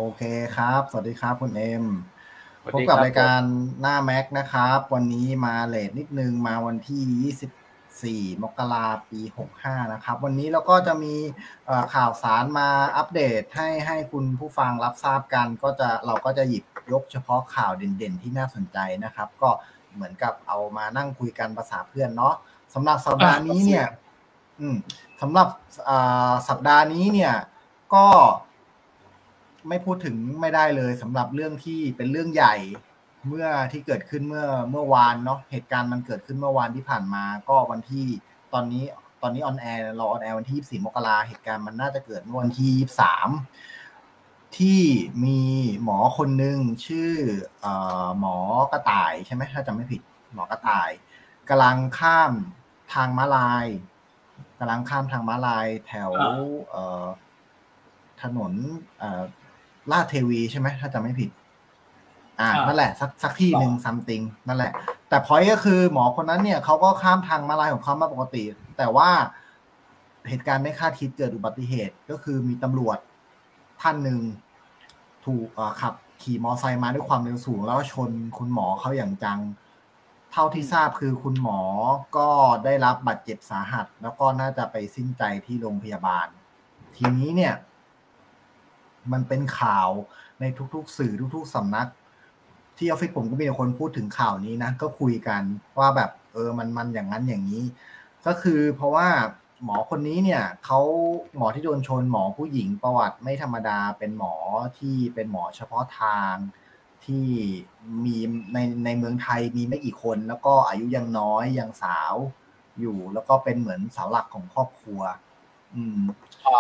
เคครับสวัสดีครับคุณเอ็มสวัสพบกับดีครับผมรายการหน้าแม็กนะครับวันนี้มาเลทนิดนึงมาวันที่24มกราปี65นะครับวันนี้เราก็จะมีข่าวสารมาอัปเดตให้คุณผู้ฟังรับทราบกันเราก็จะหยิบยกเฉพาะข่าวเด่นๆที่น่าสนใจนะครับก็เหมือนกับเอามานั่งคุยกันภาษาเพื่อนเนาะสำหรับสัปดาห์โอเคนี้เนี่ยอืมสำหรับสัปดาห์นี้เนี่ยก็ ไม่พูดถึงไม่ได้เลยสำหรับเรื่องที่เป็นเรื่องใหญ่เมื่อที่เกิดขึ้นเมื่อวานเนาะเหตุการณ์มันเกิดขึ้นเมื่อวานที่ผ่านมาก็วันที่ตอนนี้ตอนนี้ออนแอร์เราออนแอร์วันที่24มกราเหตุการณ์มันน่าจะเกิดเมื่อวันที่23ที่มีหมอคนหนึ่งชื่อหมอกระต่ายใช่ไหมถ้าจำไม่ผิดหมอกระต่ายกำลังข้ามทางม้าลายกำลังข้ามทางม้าลายแถวอ่าเอ่อ ถนนลาดเทวีใช่ไหมถ้าจำไม่ผิดนั่นแหละสักที่ต่อหนึ่งซัมติงนั่นแหละแต่พอยก็คือหมอคนนั้นเนี่ยเขาก็ข้ามทางม้าลายของเขามาปกติแต่ว่าเหตุการณ์ไม่คาดคิดเกิดอุบัติเหตุก็คือมีตำรวจท่านหนึ่งถูกขับขี่มอไซค์มาด้วยความเร็วสูงแล้วก็ชนคุณหมอเขาอย่างจังเท่าที่ทราบคือคุณหมอก็ได้รับบาดเจ็บสาหัสแล้วก็น่าจะไปสิ้นใจที่โรงพยาบาลทีนี้เนี่ยมันเป็นข่าวในทุกๆสื่อทุกๆสำนักที่ออฟฟิศผมก็มีคนพูดถึงข่าวนี้นะก็คุยกันว่าแบบมันอย่างนั้นอย่างนี้ก็คือเพราะว่าหมอคนนี้เนี่ยเขาหมอที่โดนชนหมอผู้หญิงประวัติไม่ธรรมดาเป็นหมอที่เป็นหมอเฉพาะทางที่มีในเมืองไทยมีไม่กี่คนแล้วก็อายุยังน้อยยังสาวอยู่แล้วก็เป็นเหมือนเสาหลักของครอบครัวอืมอ่า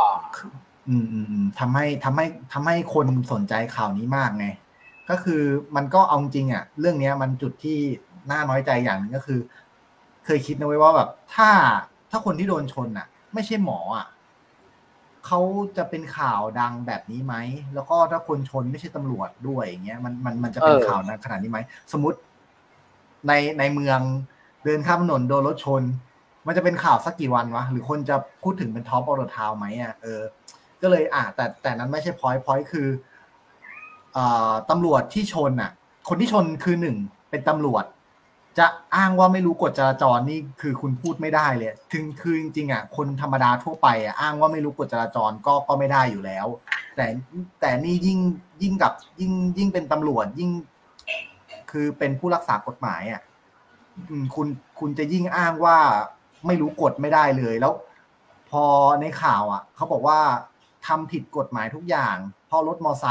ทำให้คนสนใจข่าวนี้มากไงก็คือมันก็เอาจริงอ่ะเรื่องนี้มันจุดที่น่าน้อยใจอย่างนึงก็คือเคยคิดนะไว้ว่าแบบถ้าคนที่โดนชนอ่ะไม่ใช่หมออ่ะเขาจะเป็นข่าวดังแบบนี้ไหมแล้วก็ถ้าคนชนไม่ใช่ตำรวจด้วยอย่างเงี้ยมันจะเอเป็นข่าวอดังขนาดนี้ไหมสมมติในเมืองเดินข้ามถนนโดนรถชนมันจะเป็นข่าวสักกี่วันวะหรือคนจะพูดถึงเป็นท็อปออฟเดอะทาวไหมอ่ะก็เลยแต่นั้นไม่ใช่พอยต์คือตำรวจที่ชนอ่ะคนที่ชนคือหนึ่งเป็นตำรวจจะอ้างว่าไม่รู้กฎจราจรนี่คือคุณพูดไม่ได้เลยถึงคือจริงๆอ่ะคนธรรมดาทั่วไปอ่ะอ้างว่าไม่รู้กฎจราจรก็ไม่ได้อยู่แล้วแต่แต่นี่ยิ่งเป็นตำรวจยิ่งคือเป็นผู้รักษากฎหมายอ่ะคุณจะยิ่งอ้างว่าไม่รู้กฎไม่ได้เลยแล้วพอในข่าวอ่ะเขาบอกว่าทำผิดกฎหมายทุกอย่างเพราะ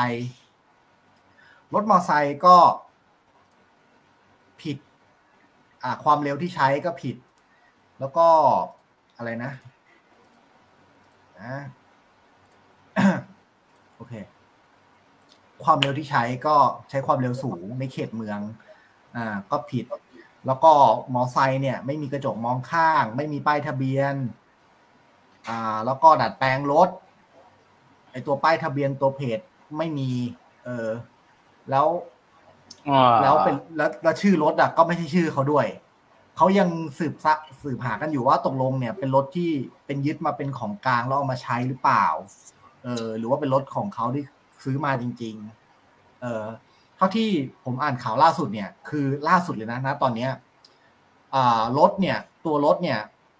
รถมอไซค์ก็ผิดความเร็วที่ใช้ก็ผิดแล้วก็อะไรนะโอเคความเร็วที่ใช้ก็ใช้ความเร็วสูงในเขตเมืองก็ผิดแล้วก็มอไซค์เนี่ยไม่มีกระจกมองข้างไม่มีป้ายทะเบียนแล้วก็ดัดแปลงรถไอตัวป้ายทะเบียนตัวเพจไม่มีเออแล้วอ่แล้วเป็นาแล้วชื่อรถอ่ะก็ไม่ใช่ชื่อเขาด้วยเขายังสืบหากันอยู่ว่าตกลงเนี่ยเป็นรถที่เป็นยึดมาเป็นของกลางแล้วเอามาใช้หรือเปล่าหรือว่าเป็นรถของเขาที่ซื้อมาจริงๆเท่าที่ผมอ่านข่าวล่าสุดเนี่ยคือล่าสุดเลยนะตอนเนี้ยรถเนี่ยตัวรถเนี่ย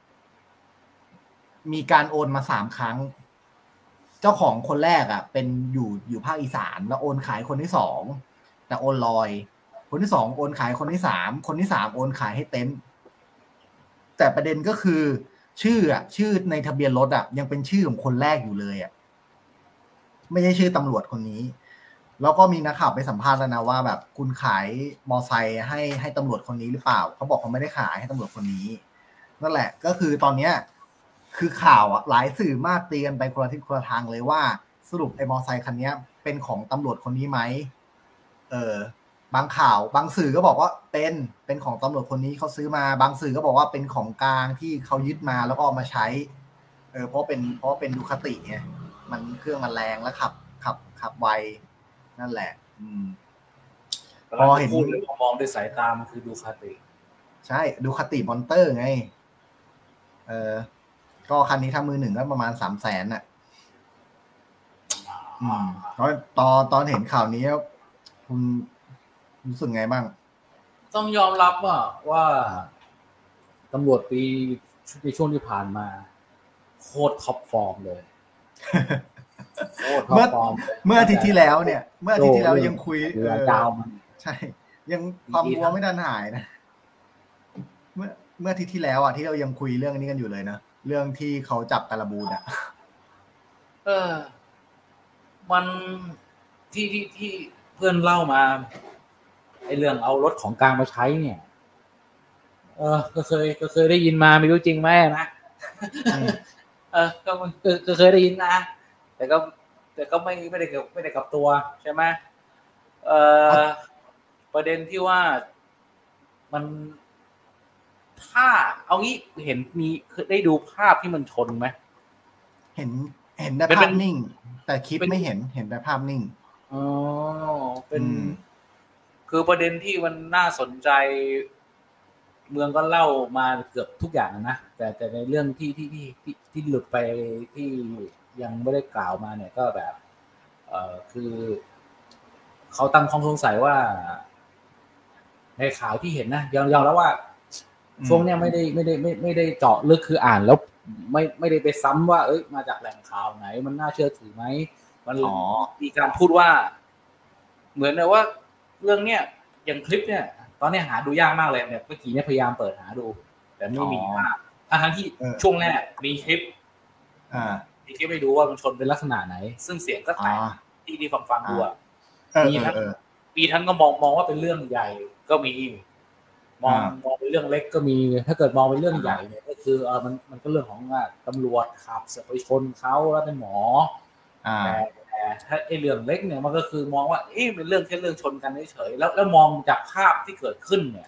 มีการโอนมา3 ครั้งเจ้าของคนแรกอ่ะเป็นอยู่ภาคอีสานแล้วโอนขายคนที่สองแต่โอนลอยคนที่สองโอนขายคนที่สามโอนขายให้เต็นท์แต่ประเด็นก็คือชื่อในทะเบียนรถอ่ะยังเป็นชื่อของคนแรกอยู่เลยอ่ะไม่ใช่ชื่อตำรวจคนนี้แล้วก็มีนักข่าวไปสัมภาษณ์แล้วนะว่าแบบคุณขายมอไซค์ให้ตำรวจคนนี้หรือเปล่าเขาบอกเขาไม่ได้ขายให้ตำรวจคนนี้นั่นแหละก็คือตอนเนี้ยคือข่าวอ่ะหลายสื่อมากตีกันไปคนละทิศคนละทางเลยว่าสรุปไอ้มอไซค์คันนี้เป็นของตำรวจคนนี้ไหมเออบางข่าวบางสื่อก็บอกว่าเป็นของตำรวจคนนี้เขาซื้อมาบางสื่อก็บอกว่าเป็นของกลางที่เขายึดมาแล้วก็เอามาใช้เพราะเป็นดูคาติไงมันเครื่องมันแรงแล้วขับไวนั่นแหละพกำลังจะอเห็นพูดเลยว่ามองด้วยสายตามันคือดูคาติใช่ดูคาติมอนเตอร์ไงเออก็คันนี้ถ้ามือหนึ่งก็ประมาณ300,000น่ะตอนเห็นข่าวนี้คุณรู้สึกไงบ้างต้องยอมรับว่าตำรวจปีในช่วงที่ผ่านมาโคตรท็อปฟอร์มเลยเมื่ออาทิตย์ที่แล้วเนี่ยเมื่ออาทิตย์ที่แล้วยังคุยดาวมันใช่ยังความวัวไม่ดันหายนะเมื่ออาทิตย์ที่แล้วที่เรายังคุยเรื่องนี้กันอยู่เลยนะเรื่องที่เขาจับการบูนมันที่เพื่อนเล่ามาไอ้เรื่องเอารถของกลางมาใช้เนี่ยก็เคยได้ยินมาไม่รู้จริงไหมนะก็เคยได้ยินนะแต่ก็ไม่ได้กับตัวใช่ไหมประเด็นที่ว่ามันถ้าเอางี้เห็นมีได้ดูภาพที่มันชนไหมเห็นแต่ภาพนิ่งแต่คลิปไม่เห็นแต่ภาพนิ่งเป็นคือประเด็นที่มันน่าสนใจเมืองก็เล่ามาเกือบทุกอย่างนะแต่ในเรื่องที่หลุดไปที่ยังไม่ได้กล่าวมาเนี่ยก็แบบคือเขาตั้งข้อสงสัยว่าในข่าวที่เห็นนะยอมแล้วว่าช่วงเนี้ยไม่ได้เจาะลึกคืออ่านแล้วไม่ได้ไปซ้ำว่ามาจากแหล่งข่าวไหนมันน่าเชื่อถือไหมมันมีการพูดว่าเหมือนเลยว่าเรื่องเนี้ยอย่างคลิปเนี่ยตอนนี้หาดูยากมากเลยเนี่ยเมื่อกี้เนี่ยพยายามเปิดหาดูแต่ไม่มีภาพทั้งที่ช่วงแรกมีคลิปให้ดูว่ามันชนเป็นลักษณะไหนซึ่งเสียงก็แตกที่ฟังดูมีทั้งก็มองว่าเป็นเรื่องใหญ่ก็มีมองเป็นเรื่องเล็กก็มีถ้าเกิดมองเป็นเรื่องใหญ่เนี่ยก็คือมันก็เรื่องของตำรวจขับไปชนเขาแล้วเป็นหมอแต่ถ้าไอ้เรื่องเล็กเนี่ยมันก็คือมองว่าเป็นเรื่องแค่เรื่องชนกันเฉยๆแล้วมองจากภาพที่เกิดขึ้นเนี่ย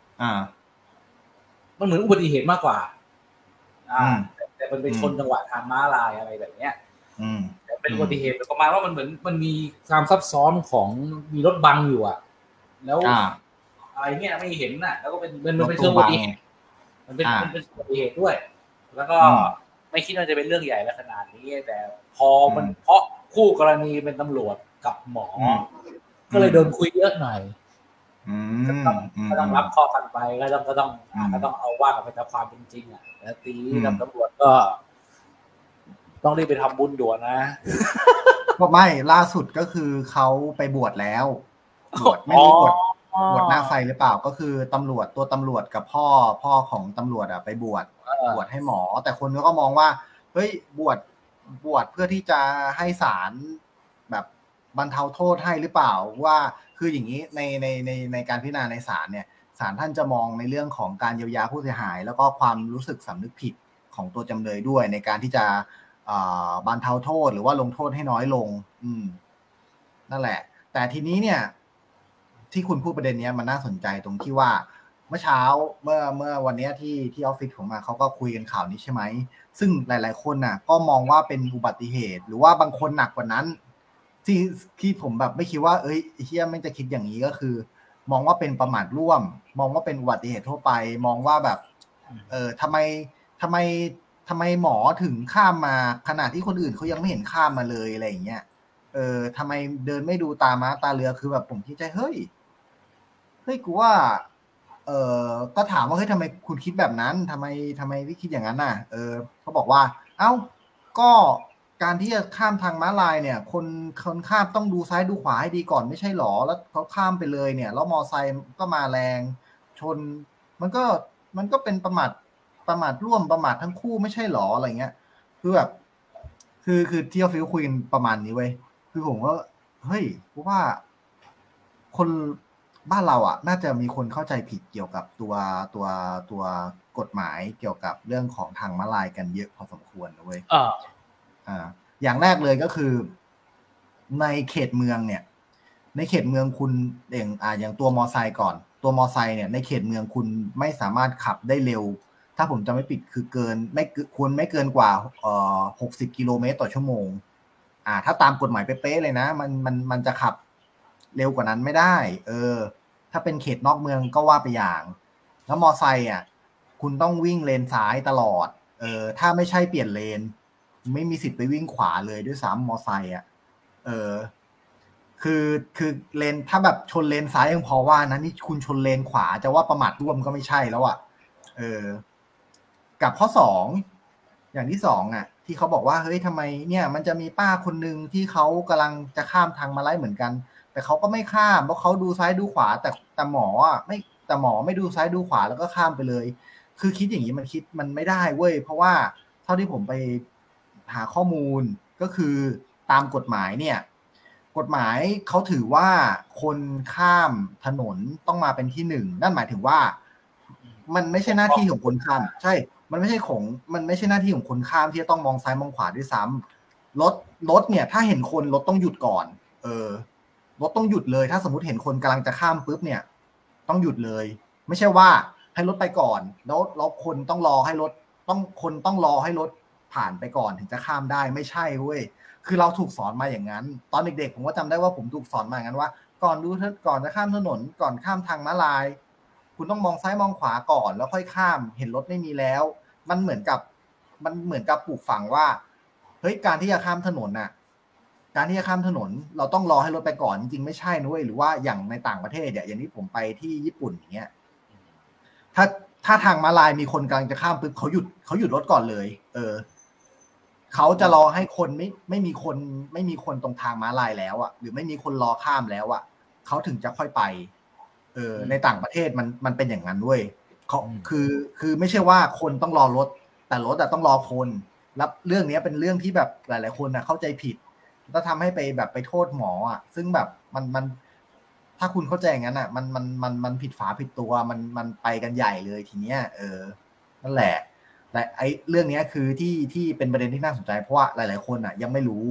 มันเหมือนอุบัติเหตุมากกว่าแต่มันเป็นชนจังหวะทางม้าลายอะไรแบบเนี้ยแต่เป็นอุบัติเหตุประมาณว่ามันเหมือนมันมีความซับซ้อนของมีรถบังอยู่แล้วอะไรเนี่ยไม่เห็นน่ะแล้วก็เป็นเชิงอุบัติเหตุมันเป็นอุบัติเหตุด้วยแล้วก็ไม่คิดว่าจะเป็นเรื่องใหญ่และขนาดนี้แต่พอมันเพราะคู่กรณีเป็นตำรวจกับหมอก็เลยโดนคุยเยอะหน่อยก็ต้องรับข้อกันไปก็ต้องเอาว่ากันไปตามความเป็นจริงแล้วตีกับตำรวจก็ต้องรีบไปทำบุญด่วนนะก็ไม่ล่าสุดก็คือเขาไปบวชแล้วบวชไม่ได้บวชหน้าไฟหรือเปล่าก็คือตำรวจกับพ่อของตำรวจไปบวชให้หมอแต่คนก็มองว่าเฮ้ยบวชเพื่อที่จะให้ศาลแบบบรรเทาโทษให้หรือเปล่าว่าคืออย่างนี้ในการพิจารณาในศาลเนี่ยศาลท่านจะมองในเรื่องของการเยียวยาผู้เสียหายแล้วก็ความรู้สึกสำนึกผิดของตัวจำเลยด้วยในการที่จะบรรเทาโทษหรือว่าลงโทษให้น้อยลงนั่นแหละแต่ทีนี้เนี่ยที่คุณพูดประเด็นนี้มันน่าสนใจตรงที่ว่าเมื่อเช้าเมื่อวันนี้ที่ออฟฟิศผมมาเขาก็คุยกันข่าวนี้ใช่ไหมซึ่งหลายๆคนน่ะก็มองว่าเป็นอุบัติเหตุหรือว่าบางคนหนักกว่านั้นที่ผมแบบไม่คิดว่าเฮียไม่จะคิดอย่างนี้ก็คือมองว่าเป็นประมาทร่วมมองว่าเป็นอุบัติเหตุทั่วไปมองว่าแบบทำไมหมอถึงข้ามมาขณะที่คนอื่นเขายังไม่เห็นข้ามมาเลยอะไรอย่างเงี้ยทำไมเดินไม่ดูตาม้าตาเรือคือแบบผมคิดใจเฮ้ยกูว่าก็ถามว่าเฮ้ยทำไมคุณคิดแบบนั้นทำไมพี่คิดอย่างนั้นน่ะเขาบอกว่าเอ้าก็การที่จะข้ามทางม้าลายเนี่ยคนข้ามต้องดูซ้ายดูขวาให้ดีก่อนไม่ใช่หรอแล้วเขาข้ามไปเลยเนี่ยแล้วมอไซค์ก็มาแรงชนมันก็เป็นประมาทร่วมประมาททั้งคู่ไม่ใช่หรออะไรเงี้ยคือแบบคือที่ออฟฟิศคุยกันประมาณนี้เว้ยคือผมก็เฮ้ยเพราะว่าคนบ้านเราน่าจะมีคนเข้าใจผิดเกี่ยวกับตัวกฎหมายเกี่ยวกับเรื่องของทางม้าลายกันเยอะพอสมควรนะเว้ยอย่างแรกเลยก็คือในเขตเมืองเนี่ยในเขตเมืองคุณอย่างตัวมอไซค์ก่อนตัวมอไซค์เนี่ยในเขตเมืองคุณไม่สามารถขับได้เร็วถ้าผมจำไม่ผิดคือควรไม่เกินกว่า60 กิโลเมตรต่อชั่วโมงถ้าตามกฎหมายเป๊ะๆเลยนะมันจะขับเร็วกว่านั้นไม่ได้ถ้าเป็นเขตนอกเมืองก็ว่าไปอย่างแล้วมอไซค์คุณต้องวิ่งเลนซ้ายตลอดถ้าไม่ใช่เปลี่ยนเลนไม่มีสิทธิ์ไปวิ่งขวาเลยด้วยซ้ำมอไซค์เออคือเลนถ้าแบบชนเลนซ้ายยังพอว่านะนี่คุณชนเลนขวาจะว่าประมาทร่วมก็ไม่ใช่แล้วอ่ะกับข้อสองอย่างที่สองอ่ะที่เขาบอกว่าเฮ้ยทำไมเนี่ยมันจะมีป้าคนนึงที่เขากำลังจะข้ามทางม้าลายเหมือนกันแต่เขาก็ไม่ข้ามเพราะเขาดูซ้ายดูขวาแต่หมออ่ะแต่หมอไม่ดูซ้ายดูขวาแล้วก็ข้ามไปเลยคือคิดอย่างนี้มันไม่ได้เว้ยเพราะว่าเท่าที่ผมไปหาข้อมูลก็คือตามกฎหมายเนี่ยกฎหมายเขาถือว่าคนข้ามถนนต้องมาเป็นที่หนึ่งนั่นหมายถึงว่ามันไม่ใช่หน้าที่ของคนข้ามใช่มันไม่ใช่หน้าที่ของคนข้ามที่จะต้องมองซ้ายมองขวาด้วยซ้ำรถเนี่ยถ้าเห็นคนรถต้องหยุดก่อนรถต้องหยุดเลยถ้าสมมติเห็นคนกำลังจะข้ามปุ๊บเนี่ยต้องหยุดเลยไม่ใช่ว่าให้รถไปก่อนแล้วคนต้องรอให้รถคนต้องรอให้รถผ่านไปก่อนถึงจะข้ามได้ไม่ใช่เว้ยคือเราถูกสอนมาอย่างนั้นตอนเด็กๆผมก็จำได้ว่าผมถูกสอนมาอย่างนั้นว่าก่อนจะข้ามถนนก่อนข้ามทางม้าลายคุณต้องมองซ้ายมองขวาก่อนแล้วค่อยข้ามเห็นรถไม่มีแล้วมันเหมือนกับปลูกฝังว่าเฮ้ยการที่จะข้ามถนนน่ะการที่จะข้ามถนนเราต้องรอให้รถไปก่อนจริงๆไม่ใช่นะเว้ยหรือว่าอย่างในต่างประเทศอย่างที่ผมไปที่ญี่ปุ่นอย่างเงี้ยถ้าทางม้าลายมีคนกำลังจะข้ามปุ๊บเขาหยุดรถก่อนเลยเขาจะรอให้คนไม่มีคนตรงทางม้าลายแล้วอ่ะหรือไม่มีคนรอข้ามแล้วอ่ะเขาถึงจะค่อยไปในต่างประเทศมันเป็นอย่างนั้นด้วยเขาคือไม่ใช่ว่าคนต้องรอรถแต่รถอะต้องรอคนแล้วเรื่องนี้เป็นเรื่องที่แบบหลายๆคนนะเข้าใจผิดแล้วทำให้ไปโทษหมออ่ะซึ่งแบบมันถ้าคุณเข้าใจอย่างนั้นอ่ะมันผิดฝาผิดตัวมันไปกันใหญ่เลยทีเนี้ยนั่นแหละแต่ไอ้เรื่องนี้คือที่เป็นประเด็นที่น่าสนใจเพราะว่าหลายๆคนอ่ะยังไม่รู้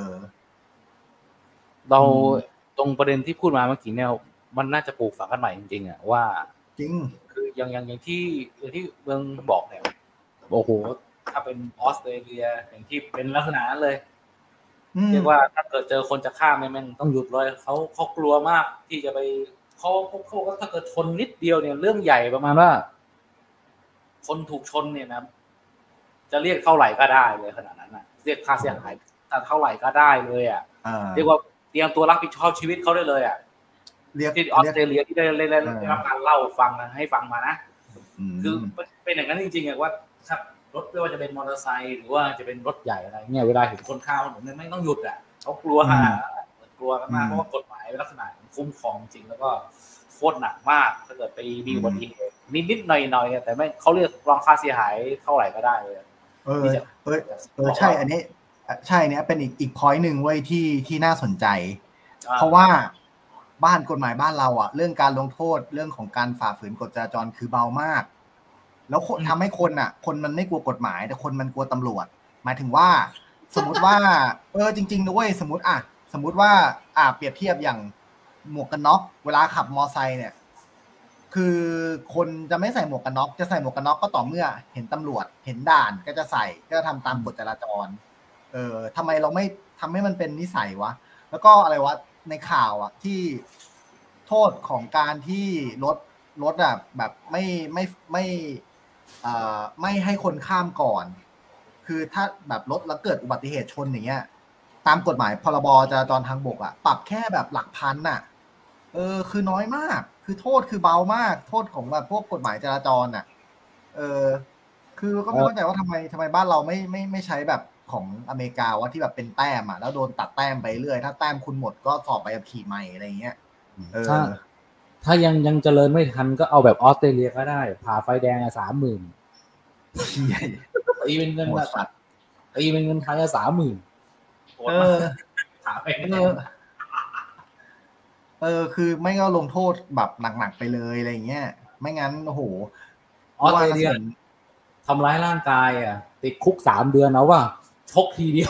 เราตรงประเด็นที่พูดมาเมื่อกี้เนี่ยมันน่าจะปลูกฝังกันใหม่จริงๆอ่ะว่าจริงคืออย่างที่เมืองบอกเนี่ยโอ้โหถ้าเป็นออสเตรเลียอย่างที่เป็นลักษณะนั้นเลยเรียกว่าถ้าเกิดเจอคนจะข้ามแม่งต้องหยุดเลยเขากลัวมากที่จะไปเขาถ้าเกิดชนนิดเดียวเนี่ยเรื่องใหญ่ประมาณว่าคนถูกชนเนี่ยนะจะเรียกเท่าไหร่ก็ได้เลยขนาดนั้นน่ะเรียกค่าเสียหายแต่เท่าไหร่ก็ได้เลยอ่ะเรียกว่าเตรียมตัวรับผิดชอบชีวิตเขาได้เลยอ่ะที่ออสเตรเลียที่ได้รับการเล่าฟังให้ฟังมานะคือเป็นอย่างนั้นจริงๆอะว่าครับรถไม่ว่าจะเป็นมอเตอร์ไซค์หรือว่าจะเป็นรถใหญ่อะไรเนี่ยเวลาเห็นคนข้ามถนนไม่ต้องหยุดอ่ะเขากลัวกันมากเพราะว่ากฎหมายลักษณะคุ้มครองจริงแล้วก็โคตรหนักมากถ้าเกิดไปมีอุบัติเหตุนิดๆหน่อยๆแต่ไม่เขาเรียกรองค่าเสียหายเท่าไหร่ก็ได้เลยใช่อันนี้ใช่เนี่ยเป็นอีก point นึงเว้ยที่น่าสนใจเพราะว่ากฎหมายบ้านเราอ่ะเรื่องการลงโทษเรื่องของการฝ่าฝืนกฎจราจรคือเบามากแล้วทำให้คนมันไม่กลัวกฎหมายแต่คนมันกลัวตำรวจหมายถึงว่าสมมติว่าจริงๆด้วยสมมติว่าเปรียบเทียบอย่างหมวกกันน็อกเวลาขับมอไซค์เนี่ยคือคนจะไม่ใส่หมวกกันน็อกจะใส่หมวกกันน็อกก็ต่อเมื่อเห็นตำรวจเห็นด่านก็จะใส่ก็ทำตามกฎจราจรทำไมเราไม่ทำให้มันเป็นนิสัยวะแล้วก็อะไรวะในข่าวอ่ะที่โทษของการที่รถอ่ะแบบไม่ให้คนข้ามก่อนคือถ้าแบบรถแล้วเกิดอุบัติเหตุชนอย่างเงี้ยตามกฎหมายพรบจราจรทางบกอ่ะปรับแค่แบบหลักพันน่ะคือน้อยมากคือโทษคือเบามากโทษของแบบพวกกฎหมายจราจรน่ะคือก็ไม่เข้าใจว่าทำไมบ้านเราไม่ใช้แบบของอเมริกาว่าที่แบบเป็นแต้มอ่ะแล้วโดนตัดแต้มไปเรื่อยถ้าแต้มคุณหมดก็สอบใบขับขี่ใหม่อะไรเงี้ยถ้ายังเจริญไม่ทันก็เอาแบบออสเตรเลียก็ได้ผ่าไฟแดง30,000ตีเป็นเงินแบบตีเป็นเงินไทย30,000ผ่าไฟแดงคือไม่ก็ลงโทษแบบหนักๆไปเลยอะไรเงี้ยไม่งั้นโอ้โหออสเตรเลียทำร้ายร่างกายติดคุก3 เดือนเอาว่าชกทีเดียว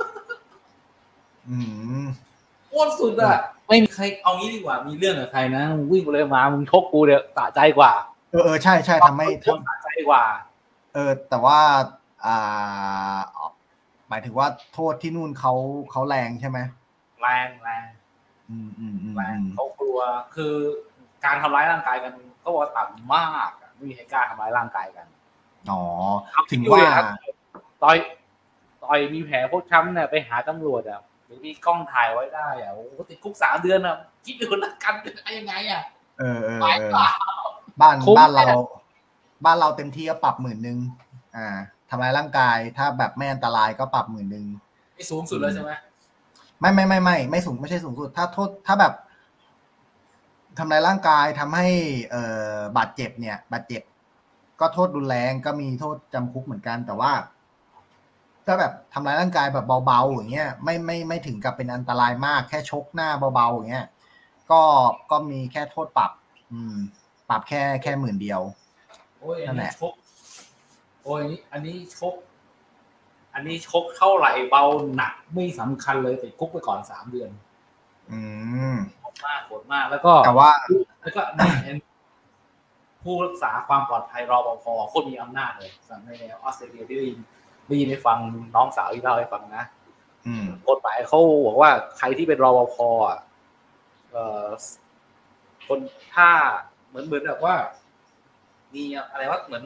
โคตรสุดไม่มีใครเอางี้ดีกว่ามีเรื่องกับใครนะวิ่งไปเลยมามึงชกกูเดี๋ยวสะใจกว่าใช่ทำให้สะใจกว่าแต่ว่าหมายถึงว่าโทษที่นู่นเขาแรงใช่ไหมแรงเขากลัวคือการทำร้ายร่างกายกันเขาบอกต่ำมากไม่มีใครกล้าทำร้ายร่างกายกันถึงว่าต่อยมีแผลพกช้ำเนี่ยไปหาตำรวจหรือมีกล้องถ่ายไว้ได้อ่ะโอ้ติดคุก3 เดือนอ่ะคิดดูละกันได้ยังไงอ่ะไปเปล่าบ้านเราเต็มที่ก็ปรับ10,000ทำร้ายร่างกายถ้าแบบไม่อันตรายก็ปรับ10,000 ไม่สูงสุดเลยใช่ไหมไม่สูงไม่ใช่สูงสุดถ้าโทษถ้าแบบทำร้ายร่างกายทำให้บาดเจ็บเนี่ยบาดเจ็บก็โทษรุนแรงก็มีโทษจำคุกเหมือนกันแต่ว่าถ้าแบบทำร้ายร่างกายแบบเบาๆอย่างเงี้ยไม่ถึงกับเป็นอันตรายมากแค่ชกหน้าเบาๆอย่างเงี้ยก็มีแค่โทษปรับปรับแค่10,000 โอ้ยอันนี้ชกโอ้ยอันนี้ชกเท่าไหร่เบาหนักไม่สำคัญเลยติดคุกไปก่อน3 เดือนโหดมากแล้วก็ผู้รักษาความปลอดภัยรปภคนมีอำนาจเลยในออสเตรเลียที่ได้ยินให้ฟังน้องสาวที่เล่าให้ฟังนะกฎหมายเขาบอกว่าใครที่เป็นรปภคนถ้าเหมือนแบบว่ามีอะไรว่าเหมื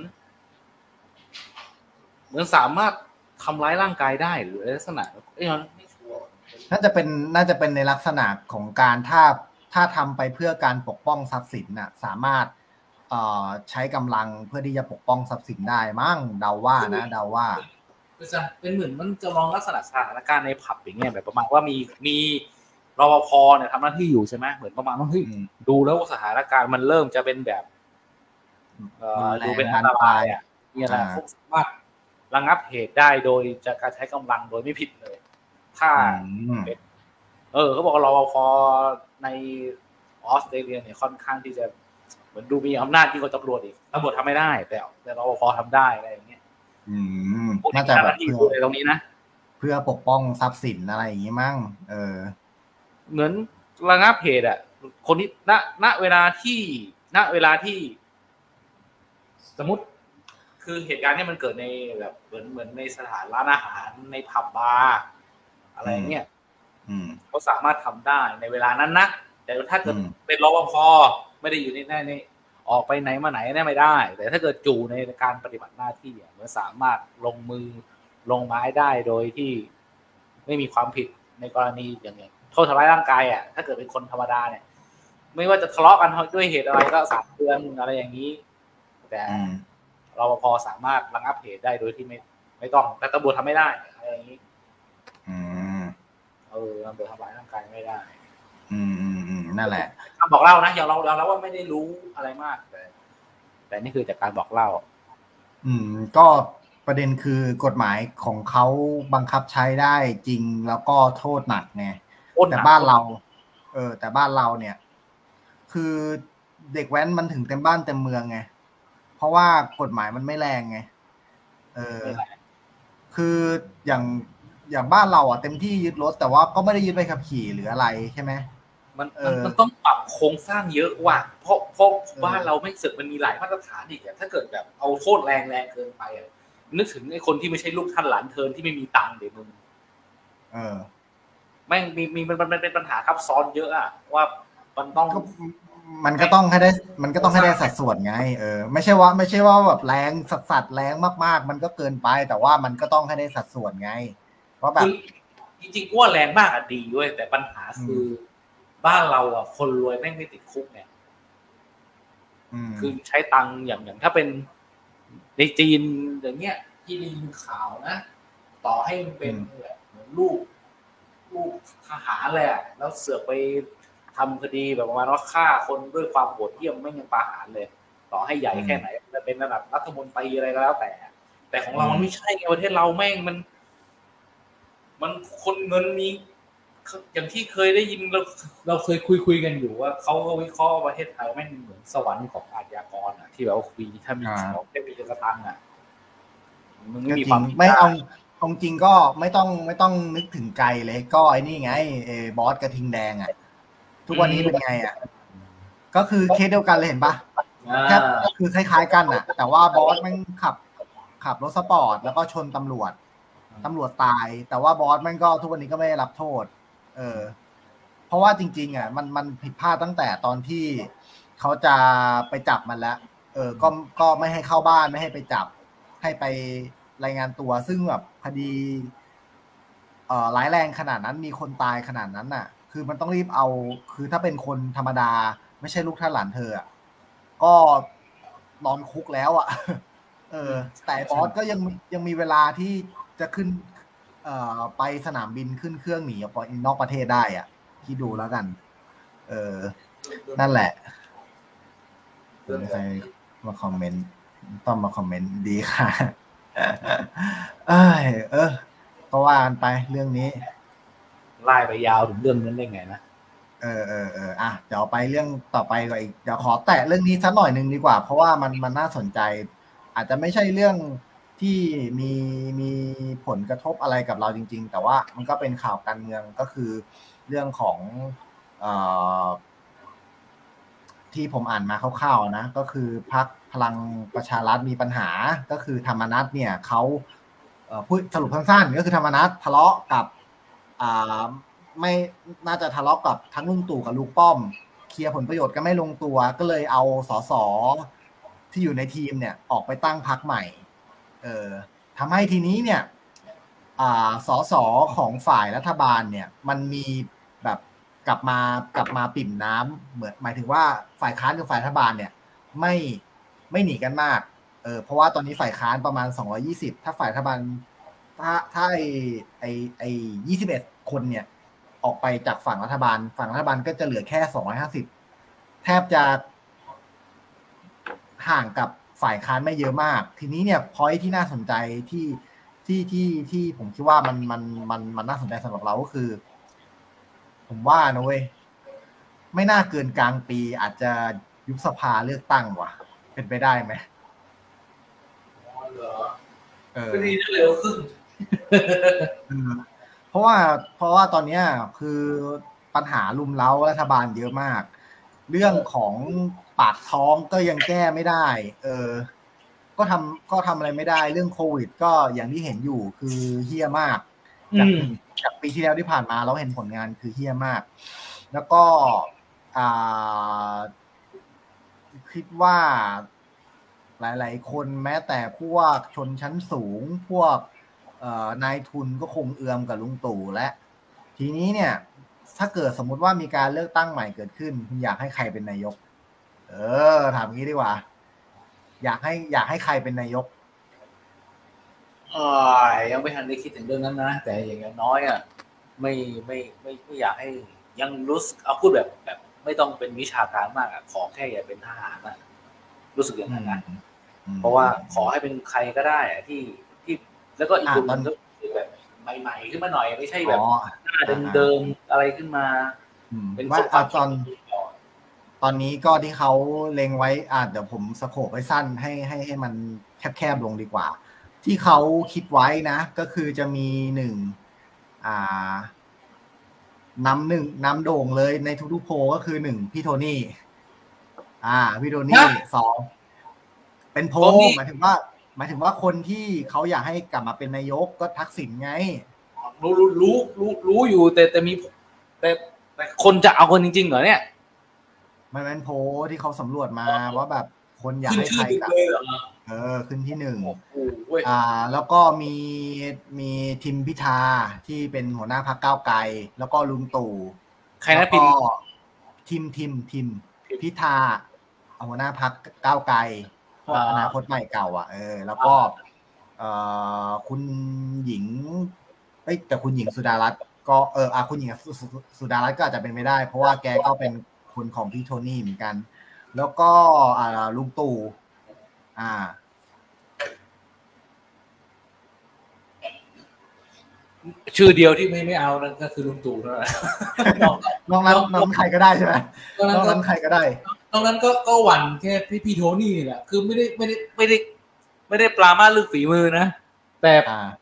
อนสามารถทำร้ายร่างกายได้หรือลักษณะไม่ชัวร์น่าจะเป็นในลักษณะของการถ้าทำไปเพื่อการปกป้องทรัพย์สินน่ะสามารถใช้กำลังเพื่อที่จะปกป้องทรัพย์สินได้มั้งเดาว่าจะเป็นเหมือนมันจะลองลักษณะสถานการณ์ในผับอย่างเงี้ยแบบประมาณว่ามีรปภเนี่ยทำหน้าที่อยู่ใช่ไหมเหมือนประมาณว่าเฮ้ยดูแล้วสถานการณ์มันเริ่มจะเป็นแบบดูเป็นอันตรายอ่ะนี่แหละพวกสามารถระงับเหตุได้โดยจากการใช้กำลังโดยไม่ผิดเลยถ้าเขาบอกรปภในออสเตรเลียเนี่ยค่อนข้างที่จะเหมือนดูมีอำนาจที่กว่าตำรวจอีกตำรวจทำไม่ได้แต่รปภทำได้อะไรอย่างเงี้ยน่าจะแบบเพื่อตรงนี้นะเพื่อปกป้องทรัพย์สินอะไรอย่างงี้มั้งเหมือนระงับเหตุอ่ะคนที่ณเวลาที่สมมติคือเหตุการณ์นี้มันเกิดในแบบเหมือนในสถานร้านอาหารในผับบาร์อะไรเงี้ยเขาสามารถทำได้ในเวลานั้นนะแต่ถ้าเกิดเป็นรปภไม่ได้อยู่ในออกไปไหนมาไหนเนี่ยไม่ได้แต่ถ้าเกิดจู่ในการปฏิบัติหน้าที่มันสามารถลงมือลงไม้ได้โดยที่ไม่มีความผิดในกรณีอย่างเงี้ยโทษทำร้ายร่างกายถ้าเกิดเป็นคนธรรมดาเนี่ยไม่ว่าจะทะเลาะกันด้วยเหตุอะไรก็3 เดือนอะไรอย่างนี้แต่รปภสามารถระงับเหตุได้โดยที่ไม่ต้องแต่ตำรวจทำไม่ได้อะไรอย่างนี้ตำรวจทำร้ายร่างกายไม่ได้นั่นแหละคำบอกเล่านะอย่างเราว่าไม่ได้รู้อะไรมากแต่นี่คือจากการบอกเล่าก็ประเด็นคือกฎหมายของเขาบังคับใช้ได้จริงแล้วก็โทษหนักไงแต่บ้านเราแต่บ้านเราเนี่ยคือเด็กแว้นมันถึงเต็มบ้านเต็มเมืองไงเพราะว่ากฎหมายมันไม่แรงไงคืออย่างบ้านเราเต็มที่ยึดรถแต่ว่าก็ไม่ได้ยึดใบขับขี่หรืออะไรใช่ไหมมันต้องปรับโครงสร้างเยอะว่ะเพราะบ้านเราไม่สึกมันมีหลายมาตรฐานอีกถ้าเกิดแบบเอาโทษแรงเกินไปนึกถึงไอ้คนที่ไม่ใช่ลูกท่านหลานเทินที่ไม่มีตังค์เดี๋ยวมึงแม่งมีมันเป็นปัญหาซับซ้อนเยอะว่ามันก็ต้องให้ได้สัดส่วนไงไม่ใช่ว่าแบบแรงสัดแรงมากๆมันก็เกินไปแต่ว่ามันก็ต้องให้ได้สัดส่วนไงเพราะแบบจริงๆว่าแรงมากดีด้วยแต่ปัญหาคือบ้านเราคนรวยแม่งไม่ติดคุกเนี่ยคือใช้ตังค์อย่างถ้าเป็นในจีนอย่างเงี้ยที่ได้ยินข่าวนะต่อให้มันเป็นแบบเหมือนลูกทหารเลยแล้วเสือกไปทำคดีแบบประมาณว่าฆ่าคนด้วยความโหดเหี้ยมไม่ยังประหารเลยต่อให้ใหญ่แค่ไหนจะเป็นระดับรัฐมนตรีอะไรก็แล้วแต่ของเรามันไม่ใช่ไงประเทศเราแม่งมันคนเงินมีอย่างที่เคยได้ยินเราเคยคุยกันอยู่ว่าเขาวิเคราะห์ประเทศไทยแม่งเหมือนสวรรค์ของอาชญากรที่แบบว่าคุยถ้ามีของได้มีกระตังมันไม่มีความไม่เอาจริงก็ไม่ต้องนึกถึงไกลเลยก็ไอ้นี่ไงบอสกระทิงแดงทุกวันนี้เป็นไงก็คือเคสเดียวกันเลยเห็นปะแค่คือคล้ายๆกันแต่ว่าบอสมันขับรถสปอร์ตแล้วก็ชนตำรวจตายแต่ว่าบอสมันก็ทุกวันนี้ก็ไม่ได้รับโทษเพราะว่าจริงๆมันผิดพลาดตั้งแต่ตอนที่เขาจะไปจับมันแล้วก็ไม่ให้เข้าบ้านไม่ให้ไปจับให้ไปรายงานตัวซึ่งแบบคดีร้ายแรงขนาดนั้นมีคนตายขนาดนั้นน่ะคือมันต้องรีบเอาคือถ้าเป็นคนธรรมดาไม่ใช่ลูกท่านหลานเธอก็นอนคุกแล้วแต่บอสก็ยังมีเวลาที่จะขึ้นไปสนามบินขึ้นเครื่องหนีออกนอกประเทศได้คิดดูแล้วกันนั่นแหละใครมาคอมเมนต์ต้องมาคอมเมนต์ดีค่ะก็ว่ากันไปเรื่องนี้ไล่ไปยาวถึงเรื่องนั้นได้ไงนะเดี๋ยวไปเรื่องต่อไปก่อนอีกเดี๋ยวขอแตะเรื่องนี้สักหน่อยนึงดีกว่าเพราะว่ามันน่าสนใจอาจจะไม่ใช่เรื่องที่มีผลกระทบอะไรกับเราจริงๆแต่ว่ามันก็เป็นข่าวการเมืองก็คือเรื่องของที่ผมอ่านมาคร่าวๆนะก็คือพรรคพลังประชารัฐมีปัญหาก็คือธรรมนัสเนี่ยเขาพูดสรุปสั้นๆก็คือธรรมนัสทะเลาะกับไม่น่าจะทะเลาะกับทั้งลุงตู่กับลุงป้อมเคลียร์ผลประโยชน์กันไม่ลงตัวก็เลยเอาสสที่อยู่ในทีมเนี่ยออกไปตั้งพรรคใหม่ทำให้ทีนี้เนี่ยสสของฝ่ายรัฐบาลเนี่ยมันมีแบบกลับมาปิ่มน้ำเหมือนหมายถึงว่าฝ่ายค้านกับฝ่ายรัฐบาลเนี่ยไม่หนีกันมากเพราะว่าตอนนี้ฝ่ายค้านประมาณ220ถ้าฝ่ายรัฐบาลถ้าไอ้21คนเนี่ยออกไปจากฝั่งรัฐบาลก็จะเหลือแค่250แทบจะห่างกับฝ่ายค้านไม่เยอะมากทีนี้เนี่ยพอยที่น่าสนใจที่ผมคิดว่ามันน่าสนใจสำหรับเราก็คือผมว่านะเว้ยไม่น่าเกินกลางปีอาจจะยุบสภาเลือกตั้งว่ะเป็นไปได้ไหมก็ดีเร็วขึ้นเพราะว่าตอนนี้คือปัญหาลุมเล้ารัฐบาลเยอะมากเรื่องของปากท้องก็ยังแก้ไม่ได้ก็ทำอะไรไม่ได้เรื่องโควิดก็อย่างที่เห็นอยู่คือเหี้ยมากจากปีที่แล้วที่ผ่านมาเราเห็นผลงานคือเหี้ยมากแล้วก็คิดว่าหลายๆคนแม้แต่พวกชนชั้นสูงพวกนายทุนก็คงเอือมกับลุงตู่และทีนี้เนี่ยถ้าเกิดสมมุติว่ามีการเลือกตั้งใหม่เกิดขึ้นคุณอยากให้ใครเป็นนายกถามงี้ดีกว่าอยากให้ใครเป็นนายกยังไม่ทันได้คิดถึงเรื่องนั้นนะแต่อย่างน้อยไม่อยากให้ยังรู้สึกเอาพูดแบบไม่ต้องเป็นวิชาการมากขอแค่อย่าเป็นทหารนะรู้สึกอย่างนั้นนะเพราะว่าขอให้เป็นใครก็ได้ที่แล้วก็อีกกลุ่มนึงก็แบบใหม่ๆขึ้นมาหน่อยไม่ใช่แบบหน้าเดิมๆอะไรขึ้นมาเป็นว่าตอนนี้ก็ที่เขาเล็งไว้เดี๋ยวผมสโคปไว้สั้นให้มันแคบๆลงดีกว่าที่เขาคิดไว้นะก็คือจะมีน้ำโด่งเลยในทุกๆโพก็คือ1พี่โทนี่พี่โทนี่2เป็นโพหมายถึงว่าคนที่เขาอยากให้กลับมาเป็นนายกก็ทักษิณไงรู้อยู่แต่มีแต่คนจะเอาคนจริงๆเหรอเนี่ยมันเป็นโพที่เขาสำรวจมาว่าแบบคนอยากให้ใครกลับขึ้นที่1แล้วก็มีทิมพิธาที่เป็นหัวหน้าพรรคก้าวไกลแล้วก็ลุงตู่ใครนะพิมทิมพิธาหัวหน้าพรรคก้าวไกลอนาคตใหม่เก่าแล้วก็คุณหญิงแต่คุณหญิงสุดารัตน์ก็คุณหญิงสุดารัตน์ก็อาจจะเป็นไม่ได้เพราะว่าแกก็เป็นคนของพี่โทนี่เหมือนกันแล้วก็ลุงตู่ชื่อเดียวที่ไม่เอานั่นก็คือลุงตู่นั่นแหละน้องนั้นใครก็ได้ใช่ไหมน้องนั้นใครก็ได้น้องนั้นก็หวั่นแค่พี่โทนี่นี่แหละคือไม่ได้ปรามาสเรื่องฝีมือนะแต่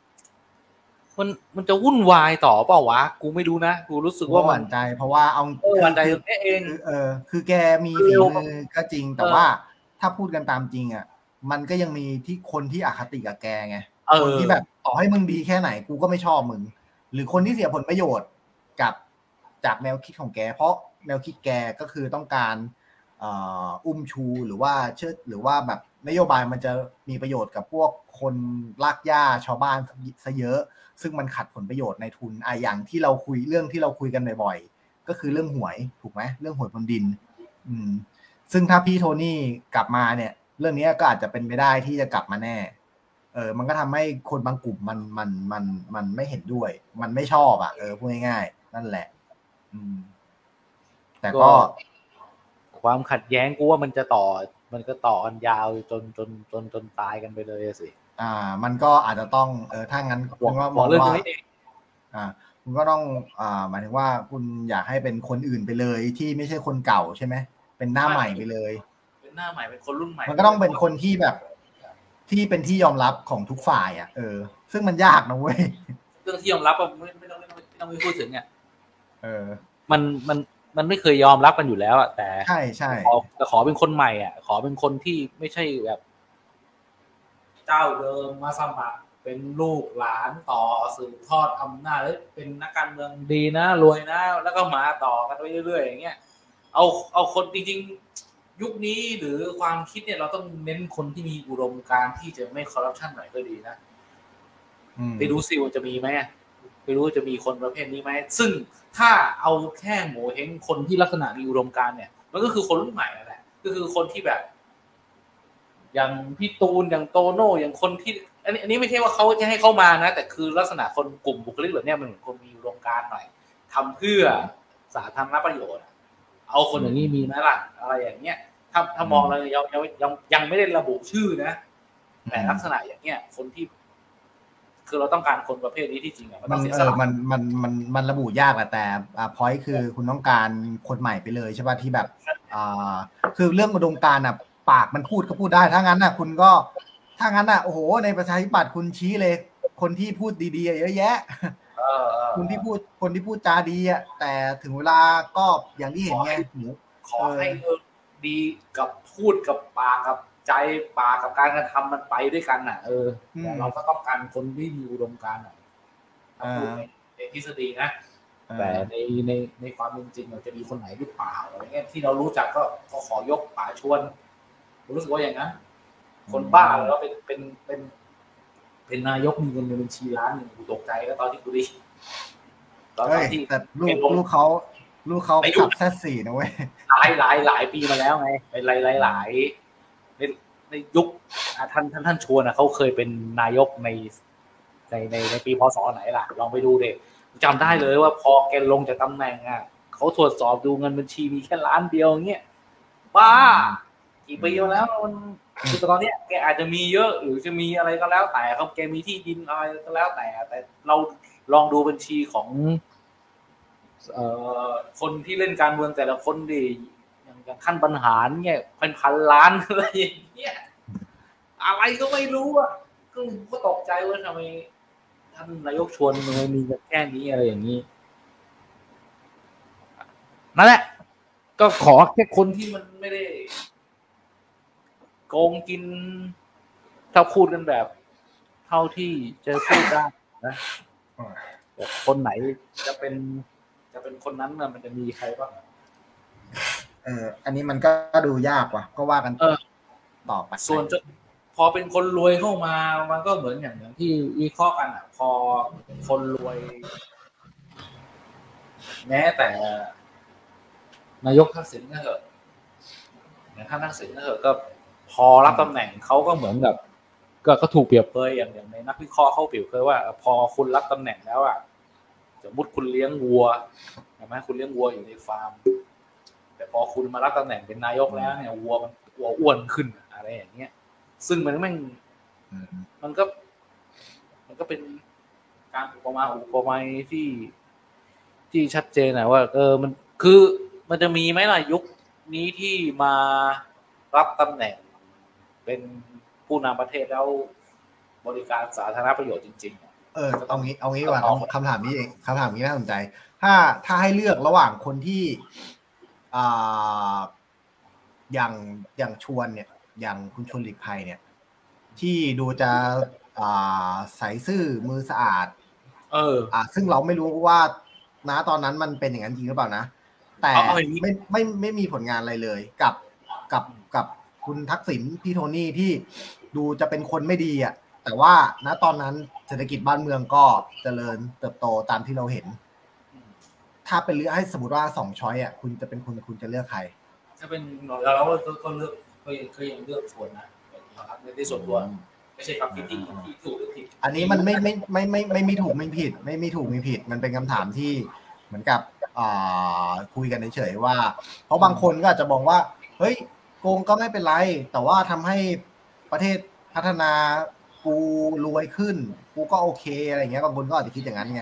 มันจะวุ่นวายต่อเปล่าวะกูไม่รู้นะกูรู้สึกว่าหวั่นใจเพราะว่าเอาหวั่นใจแค่เองคือแกมีฝีมือก็จริงแต่ว่าถ้าพูดกันตามจริงมันก็ยังมีที่คนที่อคติกับแกไงคนที่แบบต่อให้มึงดีแค่ไหนกูก็ไม่ชอบมึงหรือคนที่เสียผลประโยชน์กับจากแนวคิดของแกเพราะแนวคิดแกก็คือต้องการอุ้มชูหรือว่าเชิดหรือว่าแบบนโยบายมันจะมีประโยชน์กับพวกคนลากหญ้าชาวบ้านซะเยอะซึ่งมันขัดผลประโยชน์ในทุนอย่างที่เราคุยกันบ่อยๆก็คือเรื่องหวยถูกไหมเรื่องหวยบนดินซึ่งถ้าพี่โทนี่กลับมาเนี่ยเรื่องนี้ก็อาจจะเป็นไปได้ที่จะกลับมาแน่มันก็ทำให้คนบางกลุ่มมันไม่เห็นด้วยมันไม่ชอบพูดง่ายๆนั่นแหละแต่ก็ความขัดแย้งกูว่ามันก็ต่อกันยาวจนตายกันไปเลยสิมันก็อาจจะต้องถ้างั้นคุณว่ามองว่าคุณก็ต้องหมายถึงว่าคุณอยากให้เป็นคนอื่นไปเลยที่ไม่ใช่คนเก่าใช่ไหมเป็นหน้าใหม่ไปเลยเป็นหน้าใหม่เป็นคนรุ่นใหม่มันก็ต้องเป็นคนที่แบบที่เป็นที่ยอมรับของทุกฝ่ายซึ่งมันยากนะเว้ยเรื่องที่ยอมรับไม่ต้องพูดถึงเนี่ยมันไม่เคยยอมรับกันอยู่แล้วแต่ใช่แต่ขอเป็นคนใหม่ขอเป็นคนที่ไม่ใช่แบบเจ้าเดิมมาสมัครเป็นลูกหลานต่อสืบทอดอำนาจเป็นนักการเมืองดีนะรวยนะแล้วก็มาต่อกันไปเรื่อยๆอย่างเงี้ยเอาคนจริงๆยุคนี้หรือความคิดเนี่ยเราต้องเน้นคนที่มีอุดมการณ์ที่จะไม่คอร์รัปชันหน่อยก็ดีนะไปดูซิว่าจะมีไหมไม่รู้จะมีคนประเภทนี้ไหมซึ่งถ้าเอาแค่โหเห้งคนที่ลักษณะมีอุดมการณ์เนี่ยมันก็คือคนรุ่นใหม่แหละก็คือคนที่แบบอย่างพี่ตูนอย่างโตโน่อย่างคนที่อันนี้ไม่ใช่ว่าเขาจะให้เข้ามานะแต่คือลักษณะคนกลุ่มบุคลิกแบบนี้มันเหมือนคนมีอุดมการณ์หน่อยทำเพื่อสาธารณประโยชน์เอาคนอย่างนี้มีไหมล่ะอะไรอย่างเงี้ยถ้ามองเรายังไม่ได้ระบุชื่อนะแต่ลักษณะอย่างเงี้ยคนที่คือเราต้องการคนประเภทนี้ที่จริงมันต้องเสียสละมันระบุยากแหละแต่พอยต์คือคุณต้องการคนใหม่ไปเลยใช่ป่ะที่แบบคือเรื่องอุดมการณ์ปากมันพูดก็พูดได้ถ้างั้นคุณก็ถ้างั้นโอ้โหในประชาธิปัตย์คุณชี้เลยคนที่พูดดีๆเยอะแยะคนที่พูดจาดีแต่ถึงเวลาก็อย่างที่เห็นไงขอให้ดีกับพูดกับปากกับใจปากกับการกระทำมันไปด้วยกันแต่เราก็ต้องการคนที่มีอุดมการณ์พูดในทฤษฎีนะแต่ในความเป็นจริงเราจะมีคนไหนหรือเปล่าอะไรเงี้ยที่เรารู้จักก็ขอยกป๋าชวนรู้สึกว่าอย่างนั้นคนบ้าแล้วเป็นนายกมีเงินในบัญชีล้านนึงกูตกใจแล้วตอนที่กูดิตอนที่แต่ลูกเขาขับZ4นะเว้ยหลายปีมาแล้วไงหลายในยุคท่านชวนเขาเคยเป็นนายกในปีพ.ศ.ไหนล่ะลองไปดูดิจำได้เลยว่าพอแกลงจากตำแหน่งเขาตรวจสอบดูเงินบัญชีมีแค่ล้านเดียวเงี้ยบ้ากี่ปีมาแล้วมันคือตอนนี้แกอาจจะมีเยอะหรือจะมีอะไรก็แล้วแต่เขาแกมีที่ดินอะไรก็แล้วแต่เราลองดูบัญชีของคนที่เล่นการเมืองแต่ละคนดิอย่างขั้นบรรหารเนี่ยเป็นพันล้านอะไรอย่างเงี้ยอะไรก็ไม่รู้ก็ตกใจว่าทำไมท่านนายกชวนมีแค่นี้อะไรอย่างนี้นั่นแหละก็ขอแค่คนที่มันไม่ได้โกงกินถ้าพูดกันแบบเท่าที่จะพูดได้นะคนไหนจะเป็นคนนั้นมันจะมีใครบ้างอันนี้มันก็ดูยากว่ะก็ว่ากันต่อไปส่วนพอเป็นคนรวยเข้ามามันก็เหมือนอย่างที่วิเคราะห์กันพอคนรวยแม้แต่นายกทักษิณก็เถอะอย่างท่านทักษิณก็เถอะก็พอรับตำแหน่งเขาก็เหมือนกับก็ถูกเปรียบเปรยอย่างในนักวิเคราะห์เขาเปรียบเปรยว่าพอคุณรับตำแหน่งแล้วสมมติคุณเลี้ยงวัวใช่ไหมคุณเลี้ยงวัวอยู่ในฟาร์มแต่พอคุณมารับตำแหน่งเป็นนายกแล้วเนี่ยวัวมันอ้วนขึ้นอะไรอย่างเงี้ยซึ่งมันก็เป็นการอุปมาที่ชัดเจนนะว่ามันคือมันจะมีไหมล่ะยุคนี้ที่มารับตำแหน่งเป็นผู้นำประเทศแล้วบริการสาธารณประโยชน์จริงๆเอางี้ว่าคำถามนี้เองคำถามนี้น่าสนใจถ้าให้เลือกระหว่างคนที่อย่างชวนเนี่ยอย่างคุณชวนหลีกภัยเนี่ยที่ดูจะใสซื่อมือสะอาดซึ่งเราไม่รู้ว่าณตอนนั้นมันเป็นอย่างนั้นจริงหรือเปล่านะแต่ไม่มีผลงานอะไรเลยกับคุคุณทักษิณพี่โทนี่ที่ดูจะเป็นคนไม่ดีอ่ะแต่ว่าณตอนนั้นเศรษฐกิจบ้านเมืองก็เจริญเติบโตตามที่เราเห็นถ้าเป็นเลือกให้สมมติว่า2ช้อยอ่ะคุณจะเป็นคุณจะเลือกใครถ้าเป็นเราก็เลือกก็ยังเลือกชวนนะในส่วนตัวไม่ใช่ความคิดที่ถูกหรือผิดอันนี้มันไม่มีถูกไม่ผิดไม่ถูกไม่ผิดมันเป็นคำถามที่เหมือนกับคุยกันเฉยๆว่าเพราะบางคนก็อาจจะบอกว่าเฮ้ยโกงก็ไม่เป็นไรแต่ว่าทำให้ประเทศพัฒนากูรวยขึ้นกูก็โอเคอะไรเงี้ยบางคนก็อาจจะคิดอย่างนั้นไง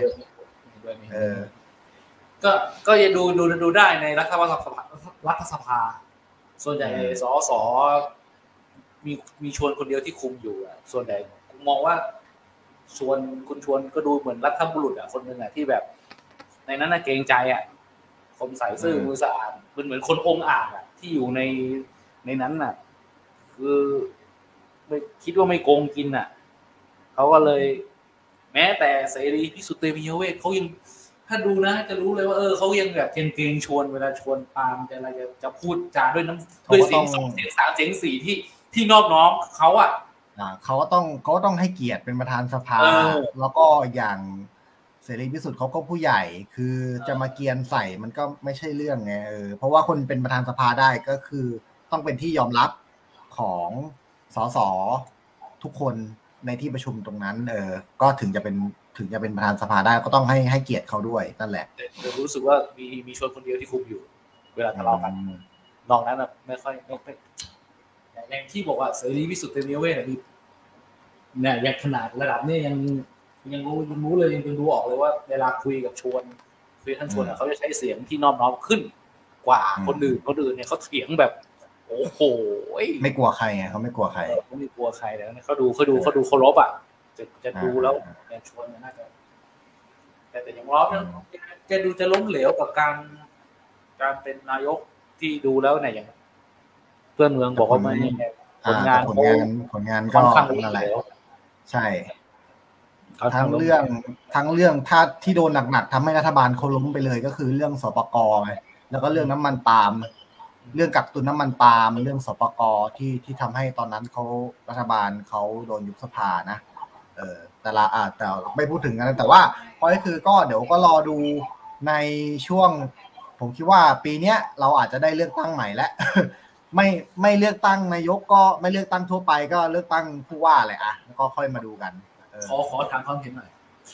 ก็จะดูได้ในรัฐสภาส่วนใหญ่สสมีชวนคนเดียวที่คุมอยู่ส่วนใหญ่ผมมองว่าคุณชวนก็ดูเหมือนรัฐบุรุษคนนึงที่แบบในนั้นเกรงใจคนใส่ซื่อมือสะอาดเหมือนคนองอาจที่อยู่ในนั้นคือไม่คิดว่าไม่โกงกินเขาก็เลยแม้แต่เสรีพิสุทธิ์เตมียเวทเขายังถ้าดูนะจะรู้เลยว่าเขายังแบบเกรงชวนเวลาชวนปาล์มจะพูดจาด้วยเสียง2เสียง3เสียง4ที่นอบน้อมเขาเขาก็ต้องให้เกียรติเป็นประธานสภาแล้วก็อย่างเสรีพิสุทธิ์เขาก็ผู้ใหญ่คือจะมาเกียนใส่มันก็ไม่ใช่เรื่องไงเพราะว่าคนเป็นประธานสภาได้ก็คือต้องเป็นที่ยอมรับของสสทุกคนในที่ประชุมตรงนั้นก็ถึงจะเป็นประธานสภาได้ก็ต้องให้เกียรติเขาด้วยนั่นแหละแต่รู้สึกว่ามีชวนคนเดียวที่คุมอยู่เวลาทะเลาะกันนอกนั้นไม่ค่อยอย่างที่บอกว่าเสรีพิสุทธิ์เตมียเวทเนี่ยยังขนาดระดับนี้ยังรู้เลยยังดูออกเลยว่าเวลาคุยกับท่านชวนเขาจะใช้เสียงที่นอบน้อมขึ้นกว่าคนอื่นเนี่ยเขาเถียงแบบโอ้โหไม่กลัวใครไงเขาไม่กลัวใครไม่กลัวใครแล้วเขาดูเคารพจะดูแล้วเนี่ยชวนน่าจะแต่อย่างล้อมจะล้มเหลวกับการเป็นนายกที่ดูแล้วเนี่ยอย่างเพื่อนเมืองบอกว่าไม่ผลงานก็นั่นแหละใช่ทั้งเรื่องถ้าที่โดนหนักๆทำให้รัฐบาลเขาล้มไปเลยก็คือเรื่องสปก.ไงแล้วก็เรื่องน้ำมันปาล์มเรื่องกักตุนน้ำมันปาล์มเรื่องสปก.ที่ทำให้ตอนนั้นรัฐบาลเขาโดนยุบสภานะแต่ไม่พูดถึงกันแต่ว่าพอคือก็เดี๋ยวก็รอดูในช่วงผมคิดว่าปีนี้เราอาจจะได้เลือกตั้งใหม่แล้วไม่เลือกตั้งนายกก็ไม่เลือกตั้งทั่วไปก็เลือกตั้งผู้ว่าแหละแล้วก็ค่อยมาดูกันขอถามความเห็นหน่อย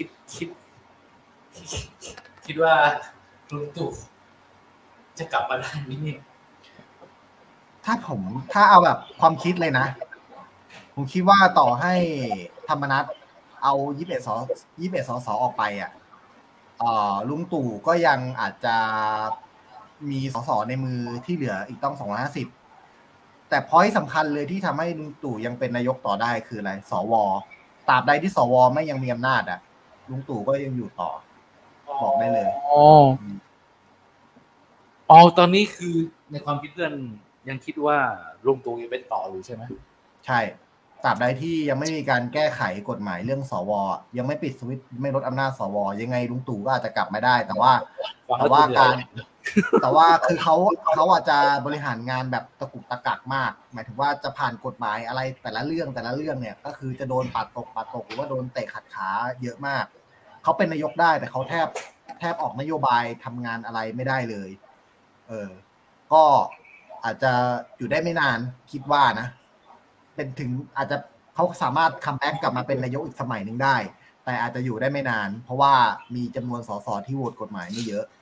คิดว่าลุงตู่จะกลับมาได้ไหมเนี่ยถ้าเอาแบบความคิดเลยนะผมคิดว่าต่อให้ธรรมนัสเอา21 สสออกไปลุงตู่ก็ยังอาจจะมีสสในมือที่เหลืออีกต้อง250แต่พอยต์สำคัญเลยที่ทำให้ลุงตู่ยังเป็นนายกต่อได้คืออะไรสวตราบใดที่สวไม่ยังมีอำนาจลุงตู่ก็ยังอยู่ต่อบอกได้เลยตอนนี้คือในความคิดเพื่อนยังคิดว่าลุงตู่ยังเป็นต่ออยู่ใช่ไหมใช่ตราบใดที่ยังไม่มีการแก้ไขกฎหมายเรื่องสวยังไม่ปิดสวิตช์ไม่ลดอำนาจสวยังไงลุงตู่ก็อาจจะกลับมาได้แต่ว่าคือเขาอาจจะบริหารงานแบบตะกุกตะกักมากหมายถึงว่าจะผ่านกฎหมายอะไรแต่ละเรื่องเนี่ยก็คือจะโดนปัดตกหรือว่าโดนเตะขัดขาเยอะมากเขาเป็นนายกได้แต่เขาแทบออกนโยบายทำงานอะไรไม่ได้เลยก็อาจจะอยู่ได้ไม่นานคิดว่านะเป็นถึงอาจจะเขาสามารถคัมแบ็กกลับมาเป็นนายกอีกสมัยนึงได้แต่อาจจะอยู่ได้ไม่นานเพราะว่ามีจำนวนสสที่โหวตกฎหมายไม่เยอะ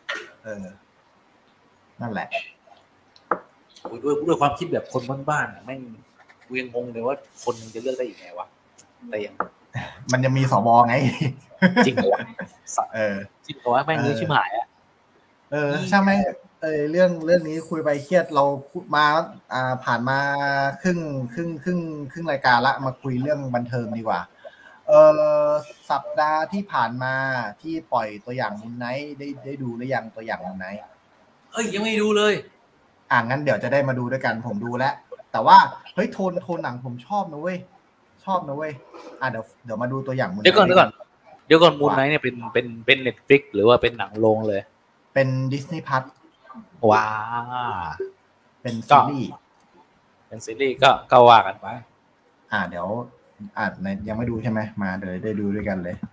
นั่นแหละด้วยความคิดแบบคนบ้านๆแม่งกูยังงงเลยว่าคนจะเลือกได้อีกไงวะแต่ยังมันยังมีสวไงจริงเหรอจริงเหรอแม่งเลยชิบหายใช่ไหมเรื่องนี้คุยไปเครียดเรามาผ่านมาครึ่งรายการละมาคุยเรื่องบันเทิงดีกว่าสัปดาห์ที่ผ่านมาที่ปล่อยตัวอย่างมูนไนท์ได้ดูหรือยังตัวอย่างมูนไนท์ยังไม่ดูเลยงั้นเดี๋ยวจะได้มาดูด้วยกันผมดูแล้วแต่ว่าเฮ้ยโทนหนังผมชอบนะเว้ยเดี๋ยวมาดูตัวอย่างมูนไนท์เดี๋ยวก่อนมูนไนท์เนี่ยเป็น Netflix หรือว่าเป็นหนังโรงเลยเป็น Disney Plus ว้าเป็นซีรีส์เป็นซีรีส์ก็ว่ากันไปเดี๋ยวยังไม่ดูใช่ไหมมาเดี๋ยวได้ดูด้วยกันเลย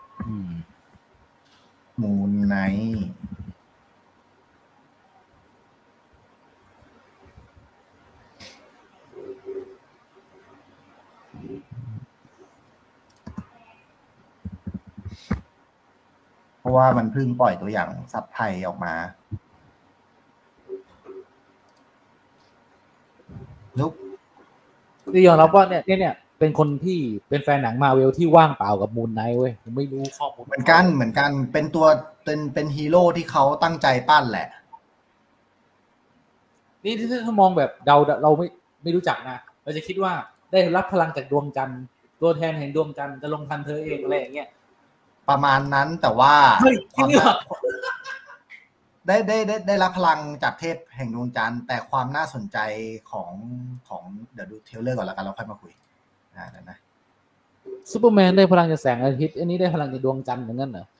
มูนไนท์เพราะว่ามันเพิ่งปล่อยตัวอย่างซับไทยออกมาลุกที่ยอมรับว่าเนี่ยเป็นคนที่เป็นแฟนหนังมาเวลที่ว่างเปล่ากับมูนไนท์เว้ยผมไม่รู้ข้อมูลเหมือนกันเป็นตัวเป็นฮีโร่ที่เขาตั้งใจปั้นแหละนี่ถ้ามองแบบเราไม่รู้จักนะเราจะคิดว่าได้รับพลังจากดวงจันทร์ตัวแทนแห่งดวงจันทร์จะลงทันเธอเองอะไรอย่างเงี้ยประมาณนั้นแต่ว่าได้รับพลังจากเทพแห่งดวงจันทร์แต่ความน่าสนใจของเดี๋ยวดูเทรลเลอร์ก่อนแล้วกันเราค่อยมาคุยนะซูเปอร์แมนได้พลังจากแสงอาทิตย์อันนี้ได้พลังจากดวงจันทร์เหมือนกันเหรอ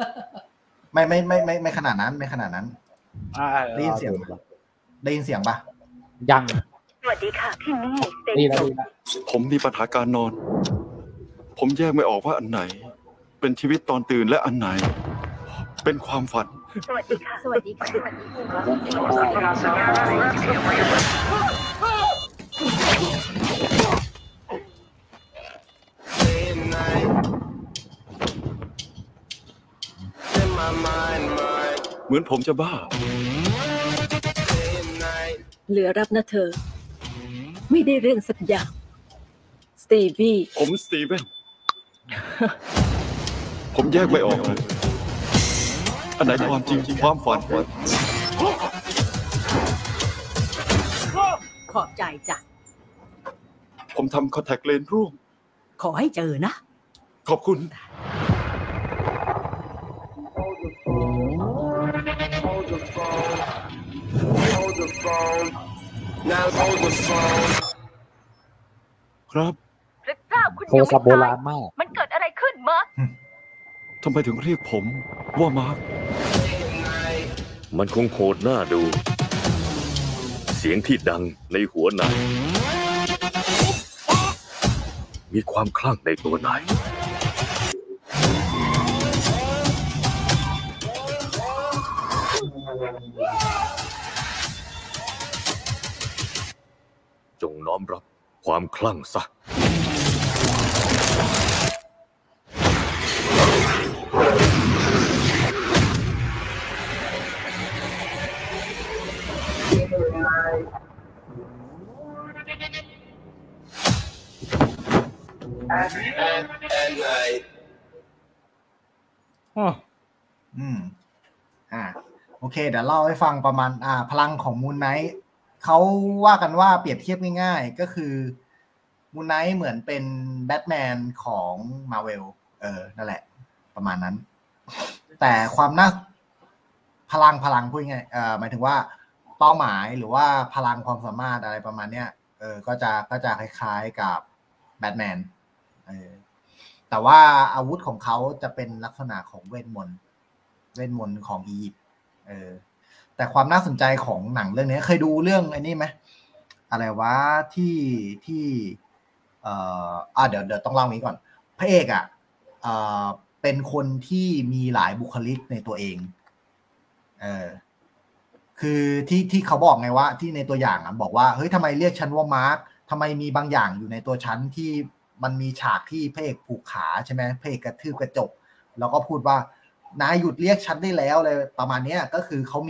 ไม่ขนาดนั้นไม่ขนาดนั้นได้ยินเสียงปะยังสวัสดีค่ะที่นี่ผมมีปัญหาการนอนผมแยกไม่ออกว่าอันไหนเป็นชีวิตตอนตื่นและอันไหนเป็นความฝันสวัสดีค่ะสวัสดีค่ะเหมือนผมจะบ้าเหลือรับนะเธอไม่ได้เรื่องสักอย่างสตีวีผมสตีเวนผมแยกไม่ออกเลยอันไหนความจริงความฝันขอบใจจ้ะผมทำคอนแทคเลนส์ร่วงขอให้เจอนะขอบคุณครับพระเจ้าคุณโทรศัพท์โบราณมากมันเกิดอะไรขึ้นมาร์คทำไมถึงเรียกผมว่ามาร์คมันคงโหดหน้าดูเสียงที่ดังในหัวนายมีความคลั่งในตัวนายจงน้อมรับความคลั่งซะโอเคเดี๋ยวเล่าให้ฟังประมาณพลังของมูนไนท์เขาว่ากันว่าเปรียบเทียบง่ายๆก็คือมูนไนท์เหมือนเป็นแบทแมนของมาร์เวลนั่นแหละประมาณนั้นแต่ความน่าพลังพูดง่ายหมายถึงว่าเป้าหมายหรือว่าพลังความสามารถอะไรประมาณเนี้ยก็จะคล้ายๆกับแบทแมนแต่ว่าอาวุธของเขาจะเป็นลักษณะของเวทมนต์ของอียิปต์แต่ความน่าสนใจของหนังเรื่องนี้เคยดูเรื่องไอ้นี่ไหมอะไรวะที่เดี๋ยวต้องเล่านี้ก่อนพระเอกเป็นคนที่มีหลายบุคลิกในตัวเองคือที่เขาบอกไงว่าที่ในตัวอย่างบอกว่าเฮ้ยทำไมเรียกฉันว่ามาร์คทำไมมีบางอย่างอยู่ในตัวฉันที่มันมีฉากที่พระเอกผูกขาใช่ไหมพระเอกกระทืบกระจกแล้วก็พูดว่านายหยุดเรียกฉันได้แล้วเลยประมาณนี้ก็คือเขา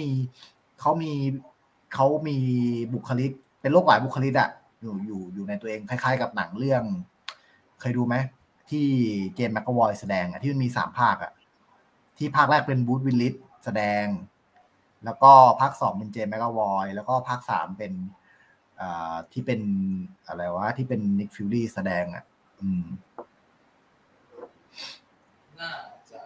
มีบุคลิกเป็นโรคหลายบุคลิกอยู่ในตัวเองคล้ายๆกับหนังเรื่องเคยดูไหมที่เจมส์แมคคาวอยแสดงที่มันมี3 ภาคที่ภาคแรกเป็นบูธวิลลิสแสดงแล้วก็ภาค2เป็นเจมส์แมคคาวอยแล้วก็ภาค3เป็นที่เป็นอะไรวะที่เป็นนิกฟิลลี่แสดงน่าจะ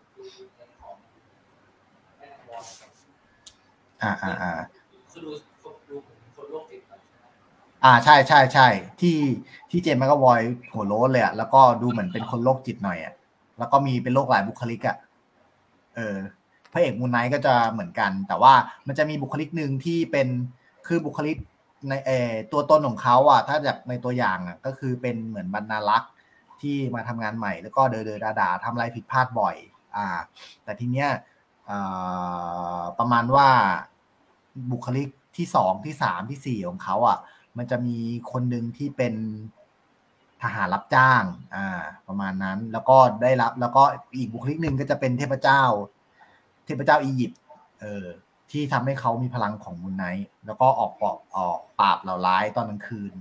คือดูคนโรคจิตใช่ที่เจมส์แมคคาวอยหัวโล้นเลยแล้วก็ดูเหมือนเป็นคนโรคจิตหน่อยแล้วก็มีเป็นโรคหลายบุคลิกพระเอกมูนไนท์ก็จะเหมือนกันแต่ว่ามันจะมีบุคลิกนึงที่เป็นคือบุคลิกในตัวตนของเขาอ่ะถ้าจากในตัวอย่างอ่ะก็คือเป็นเหมือนบรรณารักษ์ที่มาทำงานใหม่แล้วก็เดอด่าทำอะไรผิดพลาดบ่อยแต่ทีเนี้ยประมาณว่าบุคลิกที่2ที่3ที่4ของเขาอ่ะมันจะมีคนหนึ่งที่เป็นทหารรับจ้างประมาณนั้นแล้วก็ได้รับแล้วก็อีกบุคลิกหนึ่งก็จะเป็นเทพเจ้าอียิปต์ที่ทำให้เขามีพลังของมูนไนท์แล้วก็ออกปราบเหล่าร้ายตอนกลางคืน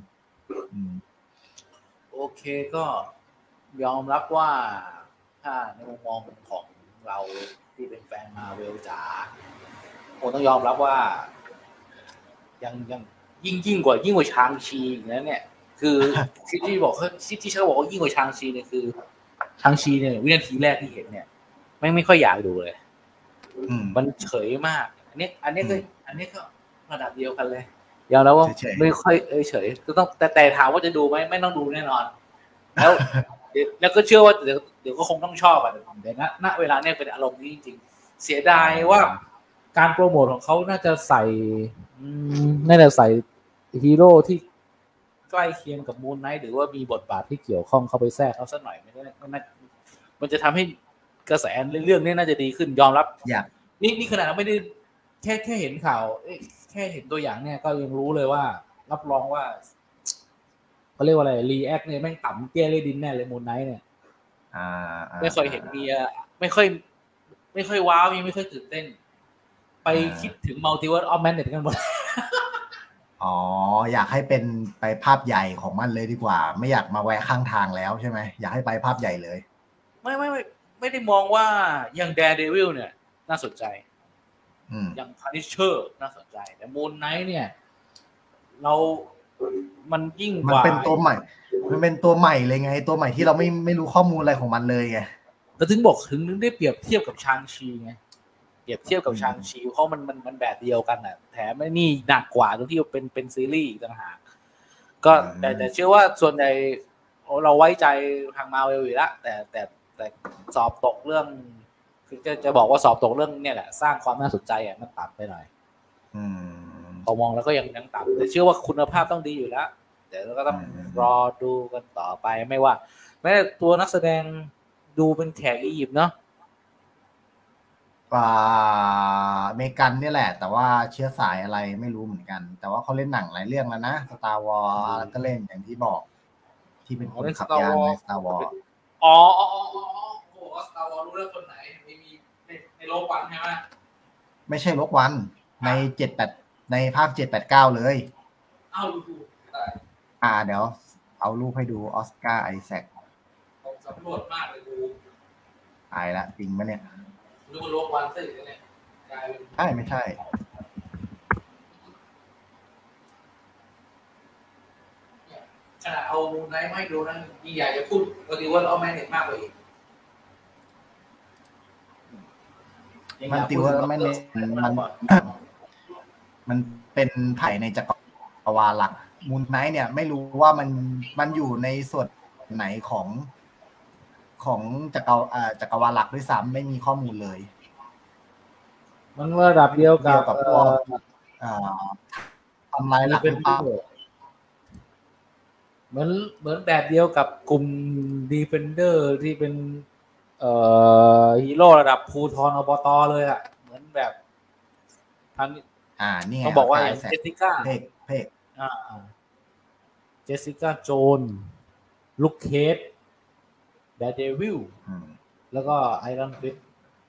โอเคก็ยอมรับว่าถ้าในมุมมองของเราที่เป็นแฟนมาเวลจ๋าผมต้องยอมรับว่ายังยิ่งกว่าชางชีอย่างนั้นเนี่ยคือที่บอกที่เขาบอกว่ายิ่งกว่าชางชีเนี่ยคือชางชีเนี่ยวินาทีแรกที่เห็นเนี่ยไม่ค่อยอยากดูเลยมันเฉยมากอันนี้ก็ระดับเดียวกันเลยยอมแล้วว่าไม่ค่อยเฉยก็ต้องแต่ถามว่าจะดูไหมไม่ต้องดูแน่นอนแล้วก็เชื่อว่าเดี๋ยวก็คงต้องชอบแต่ณเวลาเนี่ยเป็นอารมณ์นี้จริงๆเสียดายว่าการโปรโมทของเขาน่าจะใส่ฮีโร่ที่ใกล้เคียงกับมูนไนท์หรือว่ามีบทบาทที่เกี่ยวข้องเข้าไปแทรกเขาสักหน่อยมันจะทำให้กระแสเรื่องนี้น่าจะดีขึ้นยอมรับนี่ขนาดเราไม่ได้แค่เห็นข่าวแค่เห็นตัวอย่างเนี่ยก็ยังรู้เลยว่ารับรองว่าเขาเรียกว่าอะไรรีแอคเนี่ยแม่งต่ำเตี้ยเลยดินแน่เลยมูนไนท์เนี่ยไม่เคยเห็นมีไม่ค่อยว้าวยังไม่ค่อยตื่นเต้นไปคิดถึง Multiverse of Madness กันหมดอยากให้เป็นไปภาพใหญ่ของมันเลยดีกว่าไม่อยากมาแวะข้างทางแล้วใช่ไหมอยากให้ไปภาพใหญ่เลยไม่ได้มองว่าอย่าง Daredevil เนี่ยน่าสนใจอย่าง Punisher น่าสนใจแต่ Moon Knight เนี่ยมันยิ่งกว่ามันเป็นตัวใหม่เลยไงตัวใหม่ที่เราไม่รู้ข้อมูลอะไรของมันเลยไงแล้วถึงบอกถึงได้เปรียบเทียบกับชางชีไงเปรียบเทียบกับชางชีเพราะมันแบบเดียวกันน่ะแถมไม่นี่หนักกว่าตรงที่เป็นซีรีส์อีกต่างหากก็แต่เชื่อว่าส่วนใหญ่เราไว้ใจทาง Marvel อยู่แล้วแต่สอบตกเรื่องคือจะบอกว่าสอบตกเรื่องเนี่ยแหละสร้างความน่าสนใจมันต่ำไปหน่อยพอมองแล้วก็ยังต่ำแต่เชื่อว่าคุณภาพต้องดีอยู่แล้วแต่เราก็ต้องรอดูกันต่อไปไม่ว่าแม้ตัวนักแสดงดูเป็นแขกอียิปต์เนาะอเมริกันนี่แหละแต่ว่าเชื้อสายอะไรไม่รู้เหมือนกันแต่ว่าเขาเล่นหนังหลายเรื่องแล้วนะ Star Wars ก็เล่นอย่างที่บอกที่เป็นคนขับยานใน Star Wars โอ้Star Wars รู้แล้วคนไหนมีในโลกวันใช่ไหมไม่ใช่โลกวันใน7-8ในภาค7-8-9เลยเดี๋ยวเอารูปให้ดูออสการ์ไอแซคสำรวจมากเลยดูตายละจริงปะเนี่ยดูโลกวันสิเนี่ยกลายเป็นไม่ใช่ขนาดเอามูนไนท์ไม่ดูนะยิ่งใหญ่จะพูดปกติว่าเอาแมนเน็ตมากกว่าอีกมันติว่าไม่เน็ตมันเป็นไผ่ในจักรวาลหลักมูนไนท์เนี่ยไม่รู้ว่ามันอยู่ในส่วนไหนของจักรวาลหลักด้วยซ้ำไม่มีข้อมูลเลยมันระดับเดียวกับพวกทำลายหลักหรือเปล่าเหมือนแบบเดียวกับกลุ่ม Defender ที่เป็นฮีโร่ระดับภูธรอบต.เลยอ่ะเหมือนแบบทันนี่ต้องบอกว่าเจสสิก้าเพกเจสสิก้าโจนลูกเคสแดร์เดวิลแล้วก็ไอรอนฟิส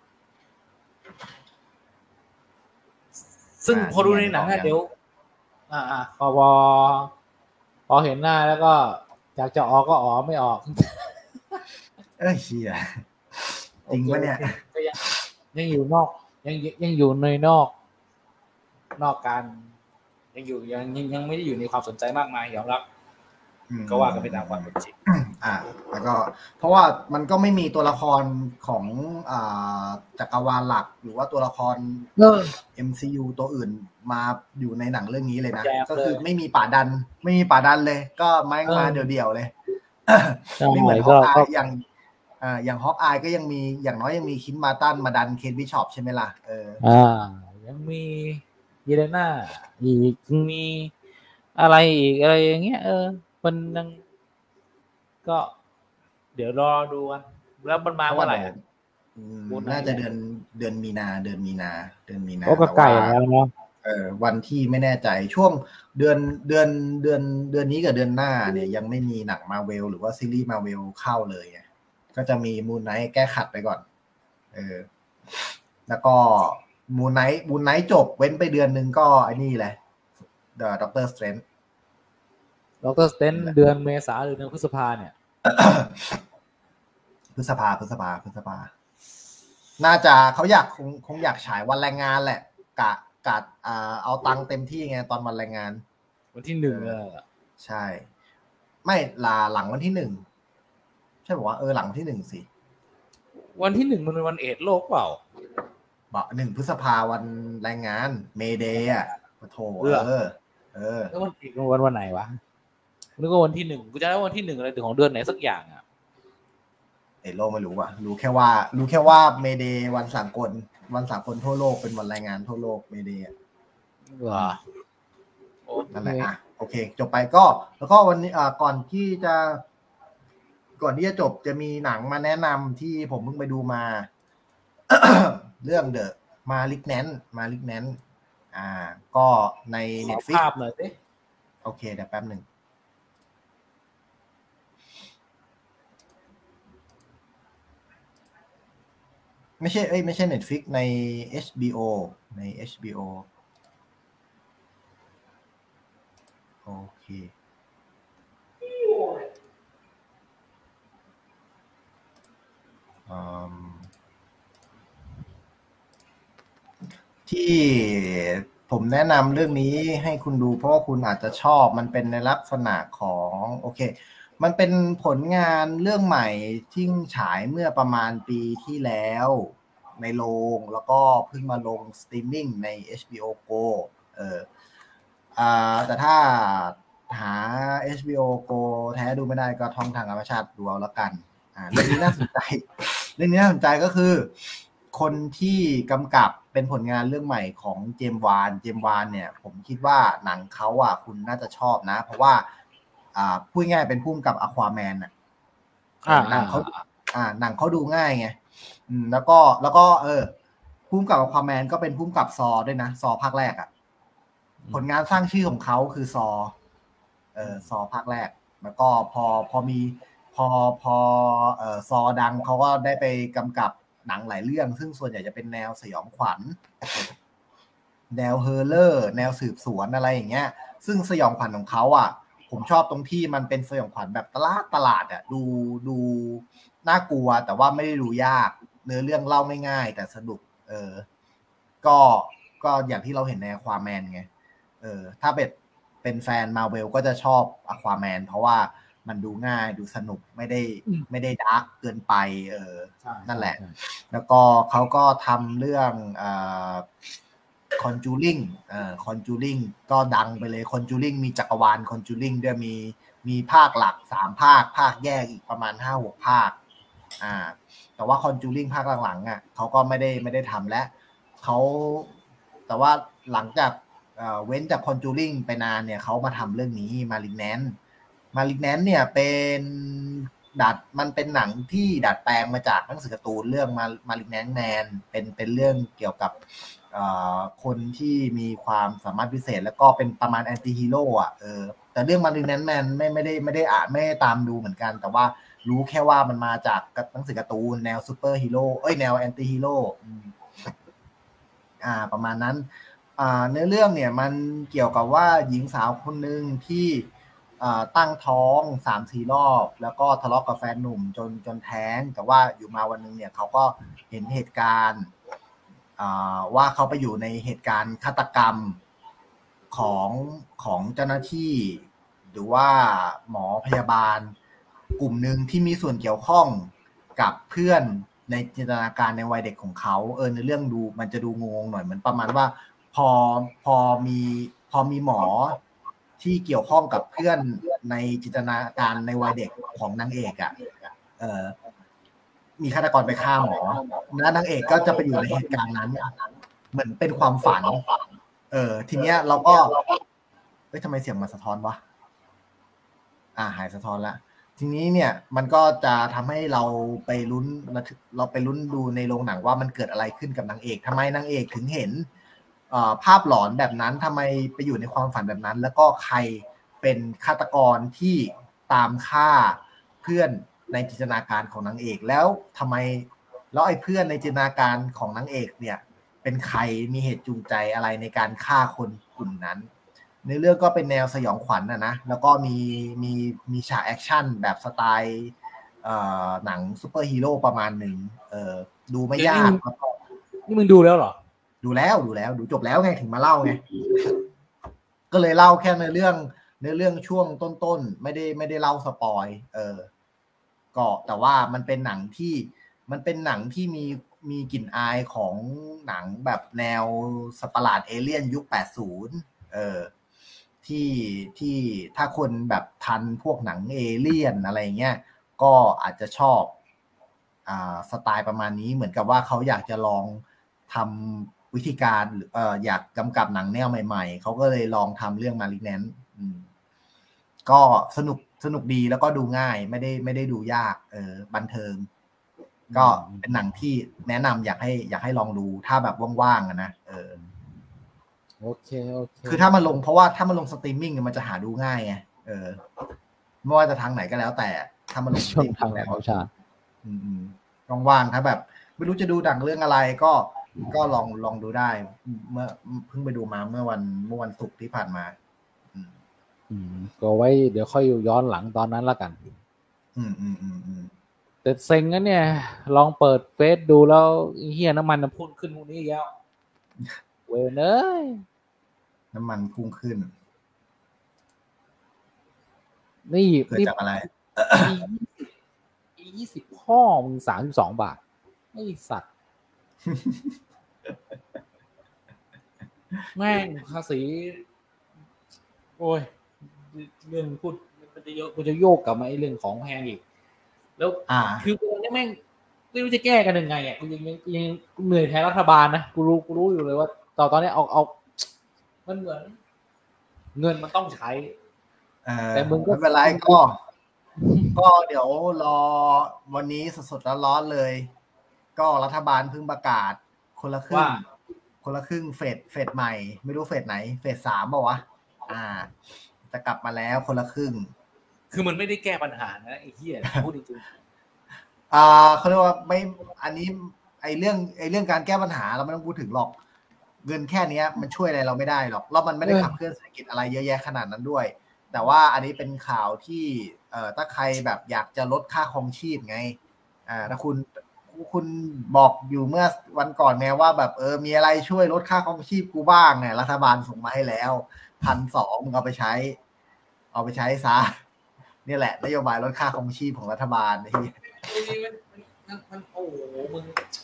ซึ่งพอดูในหนังอะเดี๋ยวพอเห็นหน้าแล้วก็อยากจะออกก็ออกไม่ออกเชี่ยจริงปะเนี่ยยังอยู่นอกยังอยู่ในนอกการยังอยู่ยังไม่ได้อยู่ในความสนใจมากมายยอมรับก็ว่ากันไปตามความเป็นจริงแล้วก็เพราะว่ามันก็ไม่มีตัวละครของจักรวาลหลักหรือว่าตัวละครMCU ตัวอื่นมาอยู่ในหนังเรื่องนี้เลยนะก็คือไม่มีป่าดันเลยก็มาเดี่ยวๆเลยไม่เหมือนฮอกอายอย่างฮอกอายก็ยังมีอย่างน้อยยังมีคินมาตันมาดันเคนบิชอปใช่ไหมล่ะยังมีเยเลน่าอีกมีอะไรอีกอะไรอย่างเงี้ยมันยังก็ เดี๋ยวรอดูกันแล้วมันมาเมื่อไหร่น่าจะเดือนมีนาโอ้ก็ใกล้แล้วเนาะวันที่ไม่แน่ใจช่วงเดือนนี้กับเดือนหน้าเนี่ยยังไม่มีหนังมาเวลหรือว่าซีรีส์มาเวลเข้าเลยก็จะมีมูนไนท์แก้ขัดไปก่อนแล้วก็มูนไนท์จบเว้นไปเดือนนึงก็ไอ้นี่แหละด็อกเตอร์สเตรนท์เดือนเมษาหรือเดือนพฤษภาเนี่ยพฤษภาน่าจะเขาคงอยากฉายวันแรงงานแหละกะเอาตังค์เต็มที่ไงตอนวันแรงงานวันที่1 ใช่ไม่หลังวันที่1ใช่บอกว่าหลังวันที่1สิวันที่1มันเป็นวันเอดส์โลกเปล่าบอก1 พฤษภาวันแรงงานเมเดย์โถแล้ววันอีกวันไหนวะนึกว่าวันที่1กูจะได้วันที่1อะไรถึงของเดือนไหนสักอย่างโลกไม่รู้อ่ะรู้แค่ว่าเมเดย์วันสากลทั่วโลกเป็นวันแรงงานทั่วโลกเมเดย์นั่นแหละโอเคจบไปก็แล้วก็วันนี้ก่อนที่จะจบจะมีหนังมาแนะนำที่ผมเพิ่งไปดูมา เรื่องเดอะมาลิกแนนต์ก็ใน Netflix ภาพหน่อยสิโอเคเดี๋ยวแป๊บนึงไม่ใช่ Netflix ใน HBO โอเคที่ผมแนะนำเรื่องนี้ให้คุณดูเพราะว่าคุณอาจจะชอบมันเป็นในลักษณะของโอเคมันเป็นผลงานเรื่องใหม่ที่ฉายเมื่อประมาณปีที่แล้วในโรงแล้วก็เพิ่งมาลงสตรีมมิ่งใน HBO Go แต่ถ้าหา HBO Go แท้ดูไม่ได้ก็ท่องทางธรรมชาติดูเอาละกันเรื่องนี้น่าสนใจก็คือคนที่กำกับเป็นผลงานเรื่องใหม่ของเจมส์วานเนี่ยผมคิดว่าหนังเขาคุณน่าจะชอบนะเพราะว่าพูดง่ายเป็นผู้กำกับ Aquaman หนังเขาดูง่ายไงแล้วก็ผู้กำกับ Aquaman ก็เป็นผู้กำกับซอด้วยนะซอภาคแรกผลงานสร้างชื่อของเขาคือซอภาคแรกแล้วก็พอมีซอดังเขาก็ได้ไปกำกับหนังหลายเรื่องซึ่งส่วนใหญ่จะเป็นแนวสยองขวัญแนวเฮอร์เรอร์แนวสืบสวนอะไรอย่างเงี้ยซึ่งสยองขวัญของเขาผมชอบตรงที่มันเป็นสยองขวัญแบบตลาดดูน่ากลัวแต่ว่าไม่ได้ดูยากเนื้อเรื่องเล่าไม่ง่ายแต่สนุกก็อย่างที่เราเห็นใน Aquaman ไงถ้าเป็นแฟน Marvel ก็จะชอบ Aquaman เพราะว่ามันดูง่ายดูสนุกไม่ได้ดาร์กเกินไปนั่นแหละแล้วก็เขาก็ทำเรื่องConjuring ก็ดังไปเลย Conjuring มีจักรวาล Conjuring ด้วยมีภาคหลัก3ภาคแยกอีกประมาณ 5-6 ภาคแต่ว่า Conjuring ภาคหลังๆเขาก็ไม่ได้ทำแล้วแต่ว่าหลังจากเว้นจาก Conjuring ไปนานเนี่ยเขามาทำเรื่องนี้ Malignant เนี่ยมันเป็นหนังที่ดัดแปลงมาจากหนังสือการ์ตูนเรื่อง Malignant Man เป็นเรื่องเกี่ยวกับคนที่มีความสามารถพิเศษแล้วก็เป็นประมาณแอนตี้ฮีโร่แต่เรื่อง Malignant Man ไม่ได้อ่านไม่ได้ตามดูเหมือนกันแต่ว่ารู้แค่ว่ามันมาจากหนังสือการ์ตูนแนวซูเปอร์ฮีโร่แนวแอนตี้ฮีโร่ประมาณนั้นเนื้อเรื่องเนี่ยมันเกี่ยวกับว่าหญิงสาวคนหนึ่งที่ตั้งท้อง 3-4 รอบแล้วก็ทะเลาะกับแฟนหนุ่มจนแท้งแต่ว่าอยู่มาวันนึงเนี่ยเขาก็เห็นเหตุการณ์ว่าเขาไปอยู่ในเหตุการณ์ฆาตกรรมของเจ้าหน้าที่หรือว่าหมอพยาบาลกลุ่มหนึ่งที่มีส่วนเกี่ยวข้องกับเพื่อนในจินตนาการในวัยเด็กของเขาในเรื่องดูมันจะดูงงหน่อยเหมือนประมาณว่าพอมีหมอที่เกี่ยวข้องกับเพื่อนในจินตนาการในวัยเด็กของนางเอกมีฆาตกรไปฆ่าหมอแล้วนางเอกก็จะไปอยู่ในเหตุการณ์นั้นเหมือนเป็นความฝันทีเนี้ยเราก็ทำไมเสียงมันสะท้อนวะหายสะท้อนละทีนี้เนี่ยมันก็จะทำให้เราไปลุ้นดูในโรงหนังว่ามันเกิดอะไรขึ้นกับนางเอกทำไมนางเอกถึงเห็นภาพหลอนแบบนั้นทำไมไปอยู่ในความฝันแบบนั้นแล้วก็ใครเป็นฆาตกรที่ตามฆ่าเพื่อนในจินตนาการของนางเอกแล้วทำไมแล้วไอ้เพื่อนในจินตนาการของนางเอกเนี่ยเป็นใครมีเหตุจูงใจอะไรในการฆ่าคนกลุ่มนั้นในเรื่องก็เป็นแนวสยองขวัญนะแล้วก็มีฉากแอคชั่นแบบสไตล์หนังซูเปอร์ฮีโร่ประมาณหนึ่งดูไม่ยากนี่มึงดูแล้วเหรอดูแล้วดูจบแล้วไงถึงมาเล่าไงก็เลยเล่าแค่ในเรื่องช่วงต้นๆไม่ได้เล่าสปอยก็แต่ว่ามันเป็นหนังที่มีกลิ่นอายของหนังแบบแนวสัตว์ประหลาดเอเลี่ยนยุค80ที่ถ้าคนแบบทันพวกหนังเอเลี่ยนอะไรเงี้ยก็อาจจะชอบสไตล์ประมาณนี้เหมือนกับว่าเขาอยากจะลองทำวิธีการอยากกำกับหนังแนวใหม่ๆเขาก็เลยลองทำเรื่อง Malignant ก็สนุกดีแล้วก็ดูง่ายไม่ได้ดูยากบันเทิงก็เป็นหนังที่แนะนำอยากให้ลองดูถ้าแบบว่างๆนะโอเคคือถ้ามันลงเพราะว่าถ้ามันลงสตรีมมิ่งมันจะหาดูง่ายไงไม่ว่าจะทางไหนก็แล้วแต่ถ้ามันลงช่องทางแล้วใช่ว่างๆถ้าแบบไม่รู้จะดูหนังเรื่องอะไรก็ลองดูได้เมื่อเพิ่งไปดูมาเมื่อวันศุกร์ที่ผ่านมาก็ไว้เดี๋ยวค่อยย้อนหลังตอนนั้นละกันแต่เซ็งนะเนี่ยลองเปิดเฟซดูแล้วเฮียน้ำมันมันพุ่งขึ้นพวกนี้แล้วเว้ยเนยน้ำมันพุ่งขึ้นนี่เกิดจากอะไร 20พ่อมึง32 บาทไม่สัตว์แม่งภาษีโอ้ยเรื่องพูดมันจะเยอะกูจะโยกกลับมาไอ้เรื่องของแพงอีกแล้วคือกูเนี่ยแม่งไม่รู้จะแก้กันยังไงอ่ะกูยังเหนื่อยแทนรัฐบาลนะกูรู้อยู่เลยว่าตอนนี้เอามันเหมือนเงินมันต้องใช้แต่มึงก็ไม่เป็นไรก็เดี๋ยวรอวันนี้สดๆร้อนๆเลยก็รัฐบาลเพิ่งประกาศคนละครึ่งเฟสใหม่ไม่รู้เฟสไหนเฟส3ป่าววะจะกลับมาแล้วคนละครึ่งคือมันไม่ได้แก้ปัญหานะไอ้เหี้ยพูดจริงเขาเรียกว่าไม่อันนี้ไอ้เรื่องการแก้ปัญหาเราไม่ต้องพูดถึงหรอกเงินแค่นี้มันช่วยอะไรเราไม่ได้หรอกแล้วมันไม่ได้ขับเคลื่อนเศรษฐกิจอะไรเยอะแยะขนาดนั้นด้วยแต่ว่าอันนี้เป็นข่าวที่ถ้าใครแบบอยากจะลดค่าครองชีพไงถ้าคุณบอกอยู่เมื่อวันก่อนไงว่าแบบมีอะไรช่วยลดค่าครองชีพกูบ้างไงรัฐบาลส่งมาให้แล้ว 1,200 มึงเอาไปใช้ซะนี่แหละนโยบายลดค่าครองชีพของรัฐบาลนี่มันโอ้โหมึง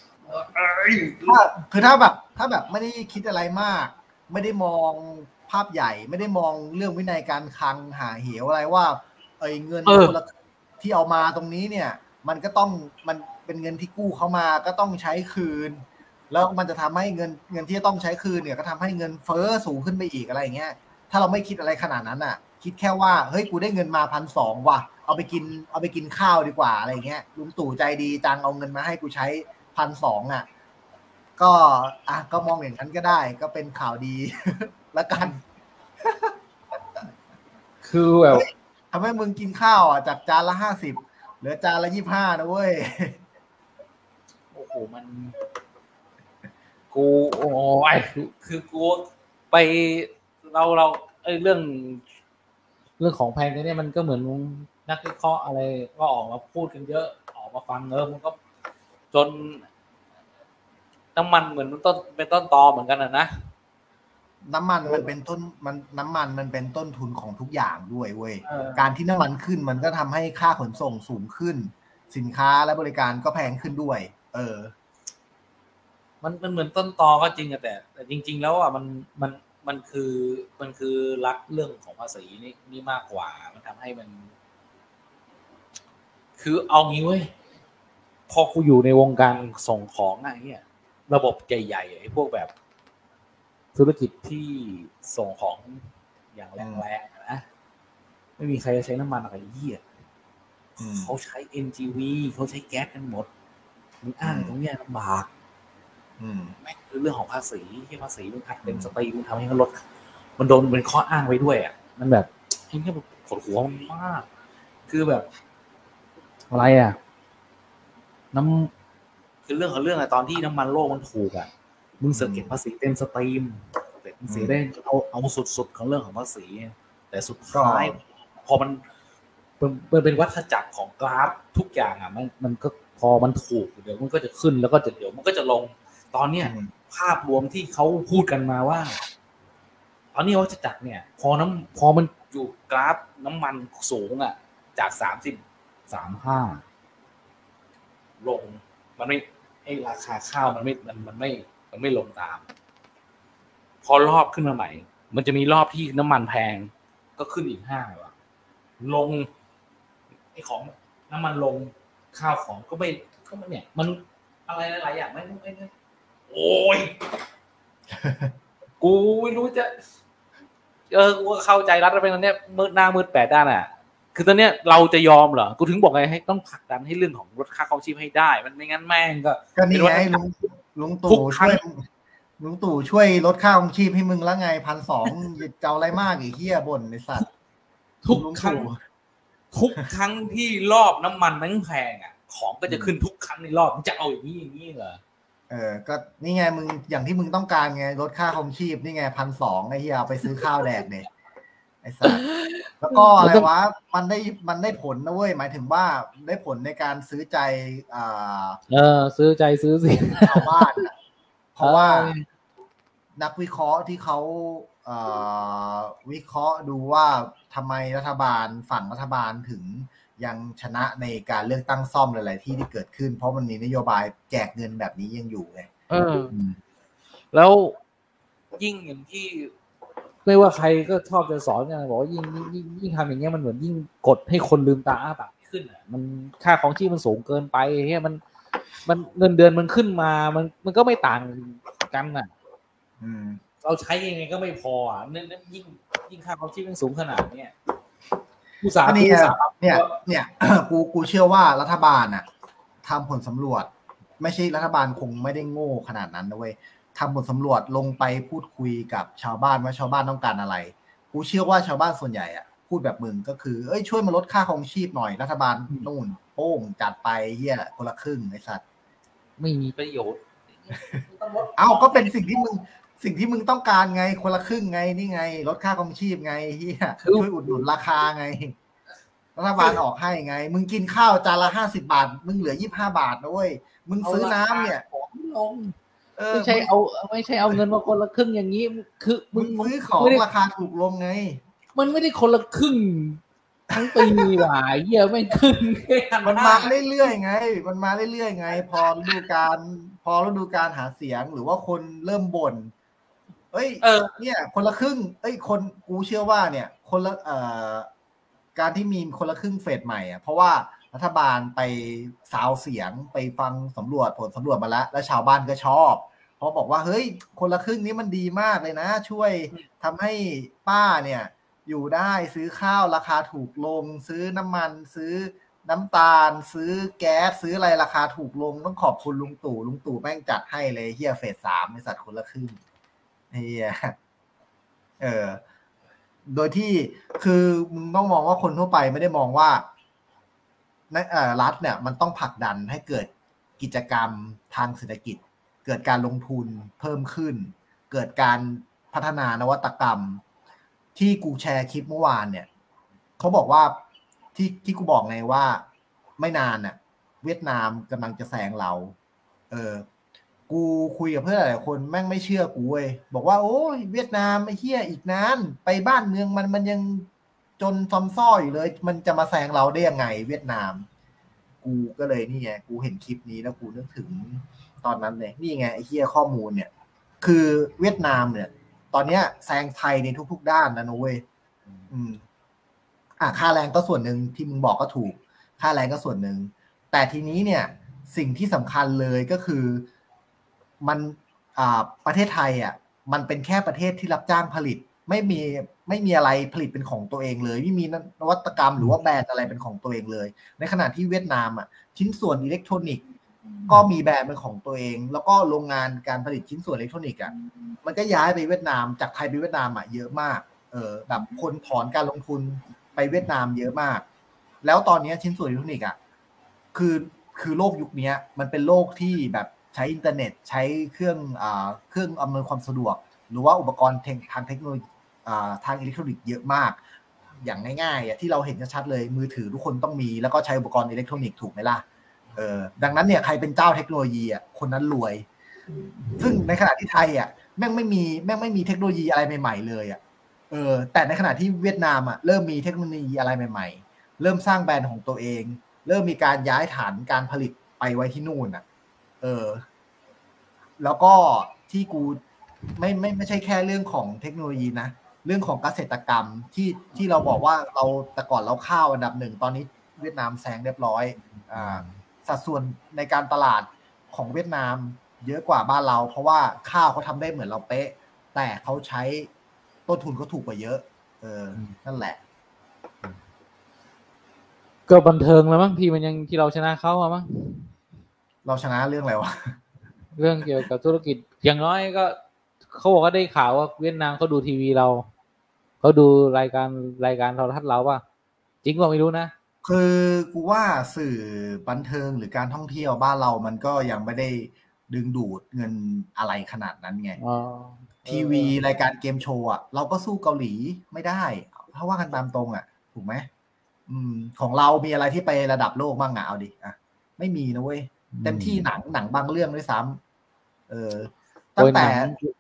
ถ้าแบบไม่ได้คิดอะไรมากไม่ได้มองภาพใหญ่ไม่ได้มองเรื่องวินัยการคลังหาเหวอะไรว่าเงินคนละที่เอามาตรงนี้เนี่ยมันก็ต้องมันเป็นเงินที่กู้เข้ามาก็ต้องใช้คืนแล้วมันจะทำให้เงินที่จะต้องใช้คืนเนี่ยก็ทำให้เงินเฟ้อสูงขึ้นไปอีกอะไรอย่างเงี้ยถ้าเราไม่คิดอะไรขนาดนั้นอ่ะคิดแค่ว่าเฮ้ยกูได้เงินมา 1,200 ว่ะเอาไปกินข้าวดีกว่าอะไรเงี้ยลุงตู่ใจดีจังเอาเงินมาให้กูใช้ 1,200 อ่ะก็มองอย่างนั้นก็ได้ก็เป็นข่าวดีละกันคือแบบทำให้มึงกินข้าวอ่ะจากจานละ50เหลือจานละ25นะเว้ยโอ้โหมันกูโอ้ยคือกูไปเราเรื่องของแพงเนี่ยมันก็เหมือนนักวิเคราะห์อะไรก็ออกมาพูดกันเยอะออกมาฟังมันก็จนน้ำมันเหมือนเป็นต้นตอเหมือนกันนะน้ำมันมันเป็นน้ำมันมันเป็นต้นทุนของทุกอย่างด้วยเว้ยการที่น้ำมันขึ้นมันก็ทำให้ค่าขนส่งสูงขึ้นสินค้าและบริการก็แพงขึ้นด้วยมันเหมือนต้นตอก็จริงแต่จริงๆแล้วอ่ะมันคือรักเรื่องของภาษีนี่มากกว่ามันทำให้มันคือเอางี้เว้ยพอกูอยู่ในวงการส่งของอะไรเงี้ยระบบใหญ่ๆไอ้พวกแบบธุรกิจที่ส่งของอย่างแรงๆนะไม่มีใครจะใช้น้ำมันอะไรเหี้ยเขาใช้ NGV เขาใช้แก๊สกันหมดมึงอ้างตรงเนี้ยลำบากแม่งคือเรื่องของภาษีที่ภาษีมึงอัดเป็นสตรีมึงทำให้มันลดมันโดนเป็นข้ออ้างไว้ด้วยอ่ะมันแบบไอ้เนี่ยปวดหัวมากคือแบบอะไรอ่ะคือเรื่องของเรื่องอะตอนที่น้ำมันโลกมันถูกอ่ะมึงเสียเก็บภาษีเต็มสตรีมแต่มึงเสียได้เอาสุดๆของเรื่องของภาษีแต่สุดท้ายพอมันเป็นวัฏจักรของกราฟทุกอย่างอ่ะมันก็พอมันถูกเดี๋ยวมันก็จะขึ้นแล้วก็จะเดี๋ยวมันก็จะลงตอนเนี้ยภาพรวมที่เขาพูดกันมาว่าตอนนี้วัฏจักรเนี่ยพอมันอยู่กราฟน้ำมันสูงอ่ะจาก30-35ลงมันไม่ไอ้ราคาข้าวมันไม่ลงตามพอรอบขึ้นมาใหม่มันจะมีรอบที่น้ำมันแพงก็ขึ้นอีก5ว่ะลงไอ้ของน้ำมันลงข้าวของก็เนี่ยมันอะไรหลายอย่างไม่โอ้ย กูไม่รู้จะกูเข้าใจรัฐเป็นตอนเนี้ยมืดหน้ามืดแปดด้านอ่ะคือตอนเนี้ยเราจะยอมเหรอกูถึงบอกไงให้ต้องผลักดันให้เรื่องของลดค่าครองชีพให้ได้มันไม่งั้นแม่งก็นี่ไงลุงตู่ช่วยลดค่าครองชีพให้มึงแล้วไง1,200จะเอาอะไรมากไอ้เหี้ยบ่นไอ้สัตว์ทุกครั้งที่รอบน้ำมันแพงอ่ะของก็จะขึ้นทุกครั้งในรอบมึงจะเอาอย่างนี้เหรอก็นี่ไงมึงอย่างที่มึงต้องการไงลดค่าครองชีพนี่ไง1,200ไอ้เหี้ยเอาไปซื้อข้าวแดกเนี่ยไอ้สัสแล้วก็อะไรวะมันได้ผลนะเว้ยหมายถึงว่าได้ผลในการซื้อใจซื้อใจซื้อเสียงชาวบ้านเพราะว่านักวิเคราะห์ที่เขาวิเคราะห์ดูว่าทำไมฝั่งรัฐบาลถึงยังชนะในการเลือกตั้งซ่อมหลายๆที่เกิดขึ้นเพราะมันมีนโยบายแจกเงินแบบนี้ยังอยู่ไงแล้วยิ่งอย่างที่ไม่ว่าใครก็ชอบจะสอนกันบอกว่ายิ่งทำอย่างเงี้ยมันเหมือนยิ่งกดให้คนลืมตาอ้าปากขึ้นอ่ะมันค่าของชีพมันสูงเกินไปเงี้ยมันเงินเดือนมันขึ้นมามันก็ไม่ต่างกันอ่ะเราใช้ยังไงก็ไม่พออ่ะนั่นยิ่งค่าของชีพมันสูงขนาดเนี้ยผู้สาเนี่ยกูเชื่อว่ารัฐบาลน่ะทำผลสำรวจไม่ใช่รัฐบาลคงไม่ได้โง่ขนาดนั้นนะเว้ยทำผลสำรวจลงไปพูดคุยกับชาวบ้านว่าชาวบ้านต้องการอะไรกูเชื่อว่าชาวบ้านส่วนใหญ่อ่ะพูดแบบมึงก็คือช่วยมาลดค่าครองชีพหน่อยรัฐบาลนู่นโป้งจัดไปเหี้ยคนละครึ่งไอ้สัตว์ไม่มีประโยชน์ก็เป็นสิ่งที่มึงต้องการไงคนละครึ่งไงนี่ไงลดค่าครองชีพไงเหี้ยช่วยอุดหนุนราคาไงรัฐบาลออกให้ไงมึงกินข้าวจานละ50 บาทมึงเหลือ25 บาทนะเว้ยมึงซื้อน้ำเนี่ยไม่ใช่เอาเงินมาคนละครึ่งอย่างนี้คือมึงซื้อของราคาถูกลงไงมันไม่ได้คนละครึ่งทั้งปีหว่าเหี้ยไม่ครึ่งมันมาเรื่อยๆไงมันมาเรื่อยๆไงพอฤดูกาลหาเสียงหรือว่าคนเริ่มบ่นเนี่ยคนละครึ่งคนกูเชื่อว่าเนี่ยคนละการที่มีคนละครึ่งเฟสใหม่อ่ะเพราะว่ารัฐบาลไปซาวเสียงไปฟังผลสำรวจมาแล้วชาวบ้านก็ชอบเพราะบอกว่าเฮ้ยคนละครึ่งนี้มันดีมากเลยนะช่วยทำให้ป้าเนี่ยอยู่ได้ซื้อข้าวราคาถูกลงซื้อน้ำมันซื้อน้ำตาลซื้อแก๊สซื้ออะไรราคาถูกลงต้องขอบคุณลุงตู่แม่งจัดให้เลยเฮียเฟส 3ไอ้สัตว์คนละครึ่งเฮียโดยที่คือมึงต้องมองว่าคนทั่วไปไม่ได้มองว่ารัฐเนี่ยมันต้องผลักดันให้เกิดกิจกรรมทางเศรษฐกิจเกิดการลงทุนเพิ่มขึ้นเกิดการพัฒนานวัตกรรมที่กูแชร์คลิปเมื่อวานเนี่ยเขาบอกว่าที่กูบอกไงว่าไม่นานน่ะเวียดนามกำลังจะแซงเรากูคุยกับเพื่อนหลายคนแม่งไม่เชื่อกูเว้ยบอกว่าโอ้ยเวียดนามไอ้เหี้ยอีกนานไปบ้านเมืองมันยังจนซอมซ่ออยู่เลยมันจะมาแซงเราได้ยังไงเวียดนามกูก็เลยนี่ไงกูเห็นคลิปนี้แล้วกูนึกถึงตอนนั้นเลยนี่ไงไอ้เหี้ยข้อมูลเนี่ยคือเวียดนามเนี่ยตอนเนี้ยแซงไทยในทุกๆด้านนะเว้ยค่าแรงก็ส่วนหนึ่งที่มึงบอกก็ถูกค่าแรงก็ส่วนหนึ่งแต่ทีนี้เนี่ยสิ่งที่สำคัญเลยก็คือมันประเทศไทยอ่ะมันเป็นแค่ประเทศที่รับจ้างผลิตไม่มีอะไรผลิตเป็นของตัวเองเลยไม่มีนวัตกรรมหรือว่าแบรนด์อะไรเป็นของตัวเองเลยในขณะที่เวียดนามอ่ะชิ้นส่วนอิเล็กทรอนิกส์ก็มีแบรนด์เป็นของตัวเองแล้วก็โรงงานการผลิตชิ้นส่วนอิเล็กทรอนิกส์อ่ะมันก็ย้ายไปเวียดนามจากไทยไปเวียดนามอ่ะเยอะมากแบบคนถอนการลงทุนไปเวียดนามเยอะมากแล้วตอนนี้ชิ้นส่วนอิเล็กทรอนิกส์อ่ะคือโลกยุคนี้มันเป็นโลกที่แบบใช้อินเทอร์เน็ตใช้เครื่องอำนวยความสะดวกหรือว่าอุปกรณ์ทางเทคโนโลยีทางอิเล็กทรอนิกส์เยอะมากอย่างง่ายๆที่เราเห็นชัดๆเลยมือถือทุกคนต้องมีแล้วก็ใช้อุปกรณ์อิเล็กทรอนิกส์ถูกไหมล่ะดังนั้นเนี่ยใครเป็นเจ้าเทคโนโลยีคนนั้นรวยซึ่งในขณะที่ไทยแม่งไม่มีเทคโนโลยีอะไรใหม่ๆเลยแต่ในขณะที่เวียดนามเริ่มมีเทคโนโลยีอะไรใหม่ๆเริ่มสร้างแบรนด์ของตัวเองเริ่มมีการย้ายฐานการผลิตไปไว้ที่นู่นแล้วก็ที่กูไม่ใช่แค่เรื่องของเทคโนโลยีนะเรื่องของเกษตรกรรมที่เราบอกว่าเราแต่ก่อนเราข้าวอันดับ 1ตอนนี้เวียดนามแซงเรียบร้อยสัดส่วนในการตลาดของเวียดนามเยอะกว่าบ้านเราเพราะว่าข้าวเขาทำได้เหมือนเราเป๊ะแต่เขาใช้ต้นทุนเขาถูกกว่าเยอะนั่นแหละก็บันเทิงแล้วมั้งพี่มันยังที่เราชนะเขาอะมั้งเราชนะเรื่องอะไรวะเรื่องเกี่ยวกับธุรกิจอย่างน้อยก็เขาบอกว่าได้ข่าวว่าเวียดนามเขาดูทีวีเราเขาดูรายการโทรทัศน์เราป่ะจริงว่าไม่รู้นะคือกูว่าสื่อบันเทิงหรือการท่องเที่ยวบ้านเรามันก็ยังไม่ได้ดึงดูดเงินอะไรขนาดนั้นไงทีวีรายการเกมโชว์เราก็สู้เกาหลีไม่ได้เพราะว่ากันตามตรงถูกไหมของเรามีอะไรที่ไประดับโลกบ้างเอาดิไม่มีนะเว้ยเต็มที่หนังบางเรื่องด้วยซ้ำตั้งแต่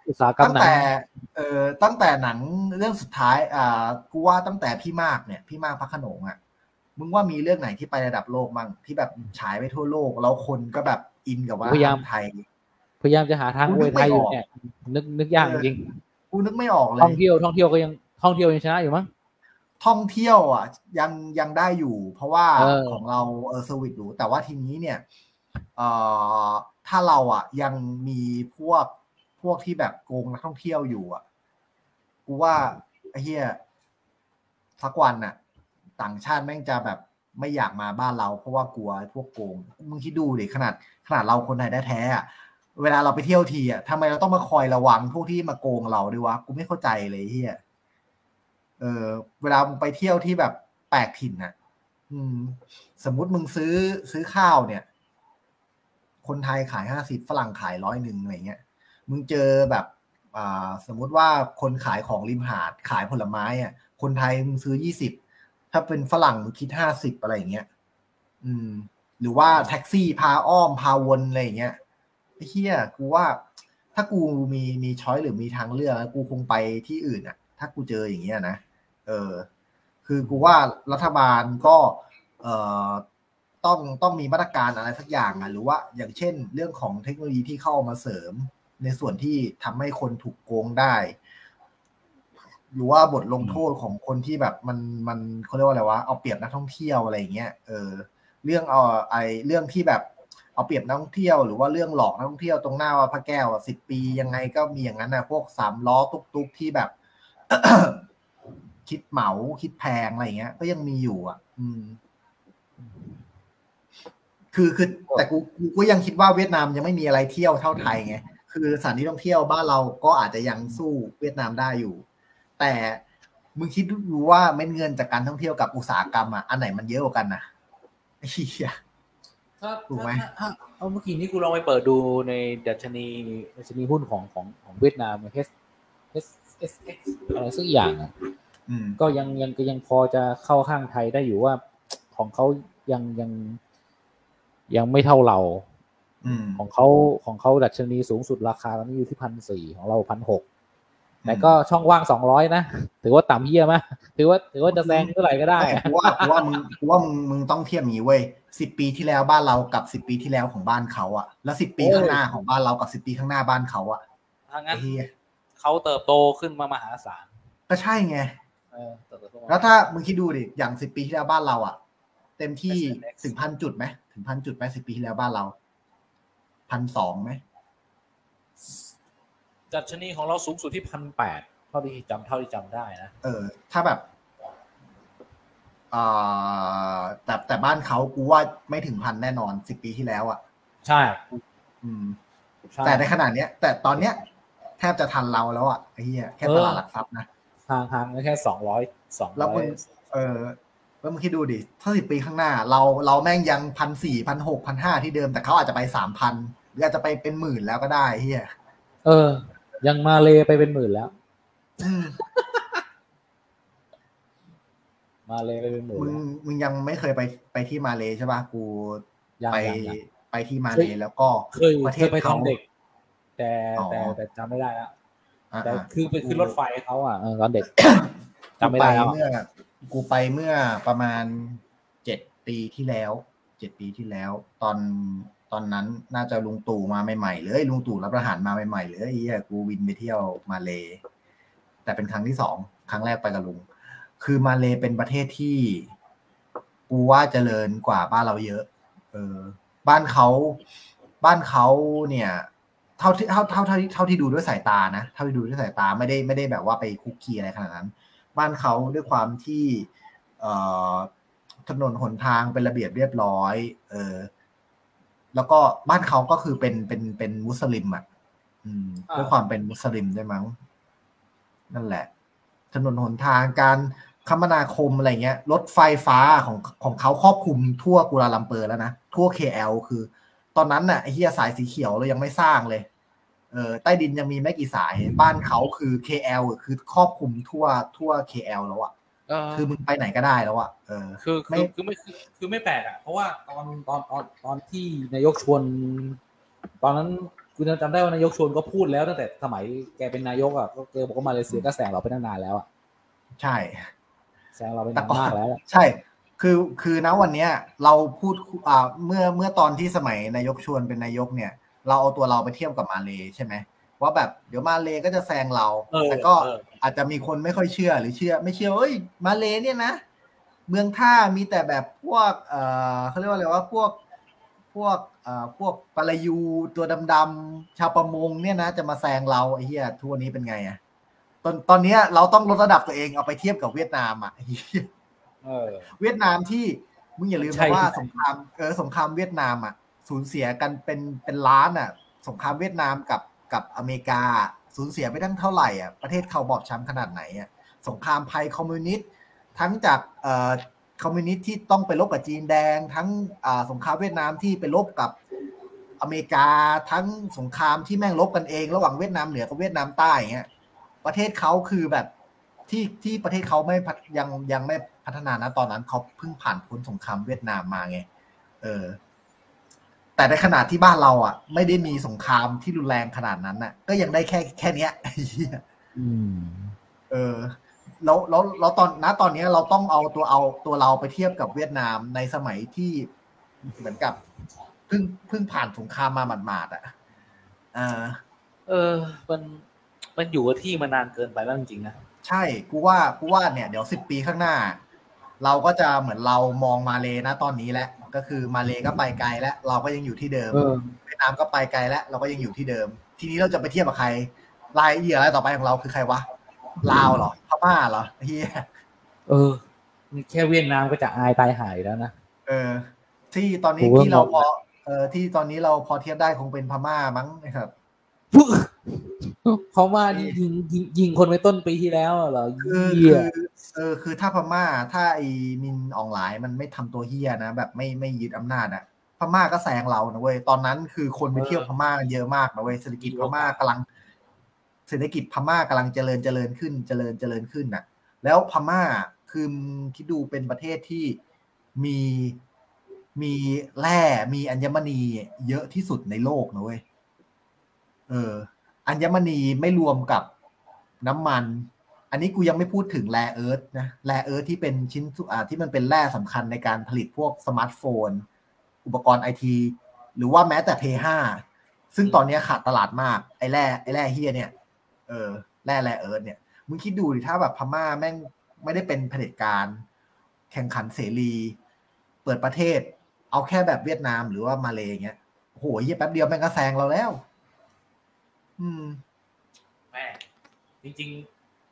หนังเรื่องสุดท้ายกูว่าตั้งแต่พี่มากพระโขนงมึงว่ามีเรื่องไหนที่ไประดับโลกบ้างที่แบบฉายไปทั่วโลกแล้วคนก็แบบอินกับว่าไทยพยายามจะหาทางอวยไทยอยู่เนี่ยนึกยากจริงกูนึกไม่ออกเลยท่องเที่ยวก็ยังท่องเที่ยวยังชนะอยู่มั้งท่องเที่ยวยังได้อยู่เพราะว่าของเราเซอร์วิสอยู่แต่ว่าทีนี้เนี่ยถ้าเรายังมีพวกที่แบบโกงนักท่องเที่ยวอยู่กูว่าไอ้เหี้ยสักวันต่างชาติแม่งจะแบบไม่อยากมาบ้านเราเพราะว่ากลัวพวกโกงมึงคิดดูดิขนาดเราคนไทยแท้ๆเวลาเราไปเที่ยวทีทำไมเราต้องมาคอยระวังพวกที่มาโกงเราด้วยวะกูไม่เข้าใจเลยเหี้ยเวลามึงไปเที่ยวที่แบบแปลกถิ่นสมมุติมึงซื้อข้าวเนี่ยคนไทยขาย50ฝรั่งขาย100อะไรเงี้ยมึงเจอแบบสมมุติว่าคนขายของริมหาดขายผลไม้คนไทยมึงซื้อ20ถ้าเป็นฝรั่งมึงคิด50อะไรอย่างเงี้ยหรือว่าแท็กซี่พาอ้อมพาวนอะไรอย่างเงี้ยไอ้เหี้ยกูว่าถ้ากูมีช้อยหรือมีทางเลือกกูคงไปที่อื่นถ้ากูเจออย่างเงี้ยนะคือกูว่ารัฐบาลก็ต้องมีมาตรการอะไรสักอย่างหรือว่าอย่างเช่นเรื่องของเทคโนโลยีที่เข้ามาเสริมในส่วนที่ทำให้คนถูกโกงได้หรือว่าบทลงโทษของคนที่แบบมันเขาเรียกว่าอะไรวะเอาเปรียบนักท่องเที่ยวอะไรอย่างเงี้ยเรื่องเรื่องที่แบบเอาเปรียบนักท่องเที่ยวหรือว่าเรื่องหลอกนักท่องเที่ยวตรงหน้าว่าพระแก้ว10 ปียังไงก็มีอย่างนั้นพวก3ล้อตุ๊กๆที่แบบ คิดเหมาคิดแพงอะไรอย่างเงี้ยก็ยังมีอยู่คือแต่กูยังคิดว่าเวียดนามยังไม่มีอะไรเที่ยวเท่าไทยไงคือสถานที่ท่องเที่ยวบ้านเราก็อาจจะยังสู้เวียดนามได้อยู่แต่มึงคิดดูว่าเม็ดเงินจากการท่องเที่ยวกับอุตสาหกรรมอันไหนมันเยอะกว่ากันนะไอ้เหี้ยถูกไหมเอาเมื่อกี้นี้กูลองไปเปิดดูในดัชนีหุ้นของเวียดนามHSX อะไรสักอย่างก็ยังพอจะเข้าข้างไทยได้อยู่ว่าของเขายังไม่เท่าเราของเขาดัชนีสูงสุดราคาตอนนี้อยู่ที่1,400ของเรา1,600แต่ก็ช่องว่าง200นะถือว่าต่ำเหี้ยมั้ยถือว่าจะแซงเท่าไหร่ก็ได้กูว่ามึงต้องเทียบอย่างนี้เว้ย10 ปีที่แล้วบ้านเรากับ10 ปีที่แล้วของบ้านเขาแล้ว10 ปีข้างหน้าของบ้านเรากับ10 ปีข้างหน้าบ้านเขาถ้างั้นเขาเติบโตขึ้นมามหาศาลก็ใช่ไงแล้วถ้ามึงคิดดูดิอย่าง10 ปีที่แล้วบ้านเราเต็มที่ถึง 1,000 จุดไหมถึง 1,000 จุดไหม10 ปีที่แล้วบ้านเรา 1,200 ไหมดัชนีของเราสูงสุดที่ 1,800 เท่าที่จำได้นะถ้าแบบแต่บ้านเขากูว่าไม่ถึง1,000แน่นอน10 ปีที่แล้วอ่ะใช่แต่ในขนาดเนี้ยแต่ตอนเนี้ยแทบจะทันเราแล้วอ่ะไอ้เหี้ยแค่ตลาดหลักทรัพย์นะห่างแค่200 แล้วมึงแล้วมึงคิดดูดิถ้า10 ปีข้างหน้าเราแม่งยัง1,400 1,600 1,500ที่เดิมแต่เขาอาจจะไป 3,000 หรืออาจจะไปเป็นหมื่นแล้วก็ได้เหี้ยยังมาเลไปเป็นหมื่นแล้วมาเลไปเป็นหมื่นมึงยังไม่เคยไปที่มาเลใช่ป่ะกูไปที่มาเลแล้วก็ประเทศไปตอนเด็กแต่จำไม่ได้แล้วแต่คือรถไฟเขาอ่ะตอนเด็กจำไม่ได้แล้วกูไปเมื่อประมาณ7 ปีที่แล้วตอนนั้นน่าจะลุงตู่มาใหม่ๆเลยลุงตู่รับประหารมาใหม่ๆเลยไอ้เหี้ยกูวินไปเที่ยวมาเลแต่เป็นครั้งที่2ครั้งแรกไปกับลุงคือมาเลเป็นประเทศที่กูว่าเจริญกว่าบ้านเราเยอะบ้านเขาเนี่ยเท่าที่ดูด้วยสายตานะเท่าที่ดูด้วยสายตาไม่ได้แบบว่าไปคุกคีอะไรขนาดนั้นบ้านเขาด้วยความที่ถนนหนทางเป็นระเบียบเรียบร้อยแล้วก็บ้านเขาก็คือเป็นมุสลิมอ่ะด้วยความเป็นมุสลิมด้วยมั้งนั่นแหละถนนหนทางการคมนาคมอะไรเงี้ยรถไฟฟ้าของเขาครอบคลุมทั่วกัวลาลัมเปอร์แล้วนะทั่ว KL คือตอนนั้นน่ะไอ้เหี้ยสายสีเขียวเรายังไม่สร้างเลยใต้ดินยังมีไม่กี่สายบ้านเขาคือ KL คือครอบคลุมทั่ว KL แล้วอ่ะคือมึงไปไหนก็ได้แล้วอ่ะคือไม่แปลกอ่ะเพราะว่าตอนที่นายกชวนตอนนั้นคุณจำได้ว่านายกชวนก็พูดแล้วตั้งแต่สมัยแกเป็นนายกอ่ะก็แกบอกว่ามาเลเซียก็แซงเราไปตั้งนานแล้วอ่ะใช่แซงเราไปนานมากแล้วใช่คือณวันนี้เราพูดเมื่อตอนที่สมัยนายกชวนเป็นนายกเนี่ยเราเอาตัวเราไปเทียบกับมาเลใช่ไหมว่าแบบเดี๋ยวมาเลก็จะแซงเราแต่ก็อาจจะมีคนไม่ค่อยเชื่อหรือไม่เชื่อเอ้ยมาเลเนี่ยนะเมืองท่ามีแต่แบบพวกเขาเรียกว่าอะไรว่าพวกปลายูตัวดำๆชาวประมงเนี่ยนะจะมาแซงเราไอ้เหี้ยทั่วนี้เป็นไงอ่ะตอนนี้เราต้องลดระดับตัวเองเอาไปเทียบกับเวียดนามอ่ะเวียดนามที่มึงอย่าลืมนะว่าสงครามเวียดนามอ่ะสูญเสียกันเป็นล้านอ่ะสงครามเวียดนามกับอเมริกาสูญเสียไปตั้งเท่าไหร่อ่ะประเทศเขาบอบช้ำขนาดไหนอ่ะสงครามภัยคอมมิวนิสต์ทั้งจากคอมมิวนิสต์ที่ต้องไปรบกับจีนแดงทั้งสงครามเวียดนามที่ไปรบกับอเมริกาทั้งสงครามที่แม่งรบกันเองระหว่างเวียดนามเหนือกับเวียดนามใต้อย่างเงี้ยประเทศเขาคือแบบที่ประเทศเขายังไม่พัฒนานะตอนนั้นเขาเพิ่งผ่านพ้นสงครามเวียดนามมาไงแต่ในขณะที่บ้านเราอ่ะไม่ได้มีสงครามที่รุนแรงขนาดนั้นน่ะก็ยังได้แค่เนี้ยแล้วตอนนี้เราต้องเอาตัวเราไปเทียบกับเวียดนามในสมัยที่เหมือนกับเพิ่งผ่านสงครามมาหมาดๆอ่ะมันอยู่กับที่มานานเกินไปแล้วจริงๆนะใช่กูว่าเนี่ยเดี๋ยว10 ปีข้างหน้าเราก็จะเหมือนเรามองมาเลนะตอนนี้แหละก็คือมาเลก็ไปไกลแล้วเราก็ยังอยู่ที่เดิมเวียดนามก็ไปไกลแล้วเราก็ยังอยู่ที่เดิมทีนี้เราจะไปเทียบกับใครรายเหยื่ออะไรต่อไปของเราคือใครวะลาวเหรอพม่าเหรอเฮียแค่เวียดนามก็จะอายตายหายแล้วนะที่ตอนนี้ที่เราพอที่ตอนนี้เราพอเทียบได้คงเป็นพม่ามั้งนะครับเขามายิงคนไปต้นปีที่แล้วเหรอคือถ้าพม่าถ้าไอ้มินออนไลน์มันไม่ทำตัวเฮียนะแบบไม่ยึดอำนาจอ่ะพม่าก็แซงเรานะเว้ยตอนนั้นคือคนไปเที่ยวพม่ากันเยอะมากนะเว้ยเศรษฐกิจพม่ากำลังเจริญขึ้นน่ะแล้วพม่าคือคิดดูเป็นประเทศที่มีแร่มีอัญมณีเยอะที่สุดในโลกนะเว้ยอัญมณีไม่รวมกับน้ำมันอันนี้กูยังไม่พูดถึงแร่เอิร์ธนะแร่เอิร์ธที่เป็นชิ้นที่มันเป็นแร่สำคัญในการผลิตพวกสมาร์ทโฟนอุปกรณ์ไอทีหรือว่าแม้แต่ P5 ซึ่งตอนนี้ขาดตลาดมากไอ้แร่เฮียเนี่ยแร่เอิร์ธเนี่ยมึงคิดดูดิถ้าแบบพม่าแม่งไม่ได้เป็นเผด็จการแข่งขันเสรีเปิดประเทศเอาแค่แบบเวียดนามหรือว่ามาเลย์เงี้ยโหเหี้ยแป๊บเดียวแม่งก็แซงเราแล้วแม่จริง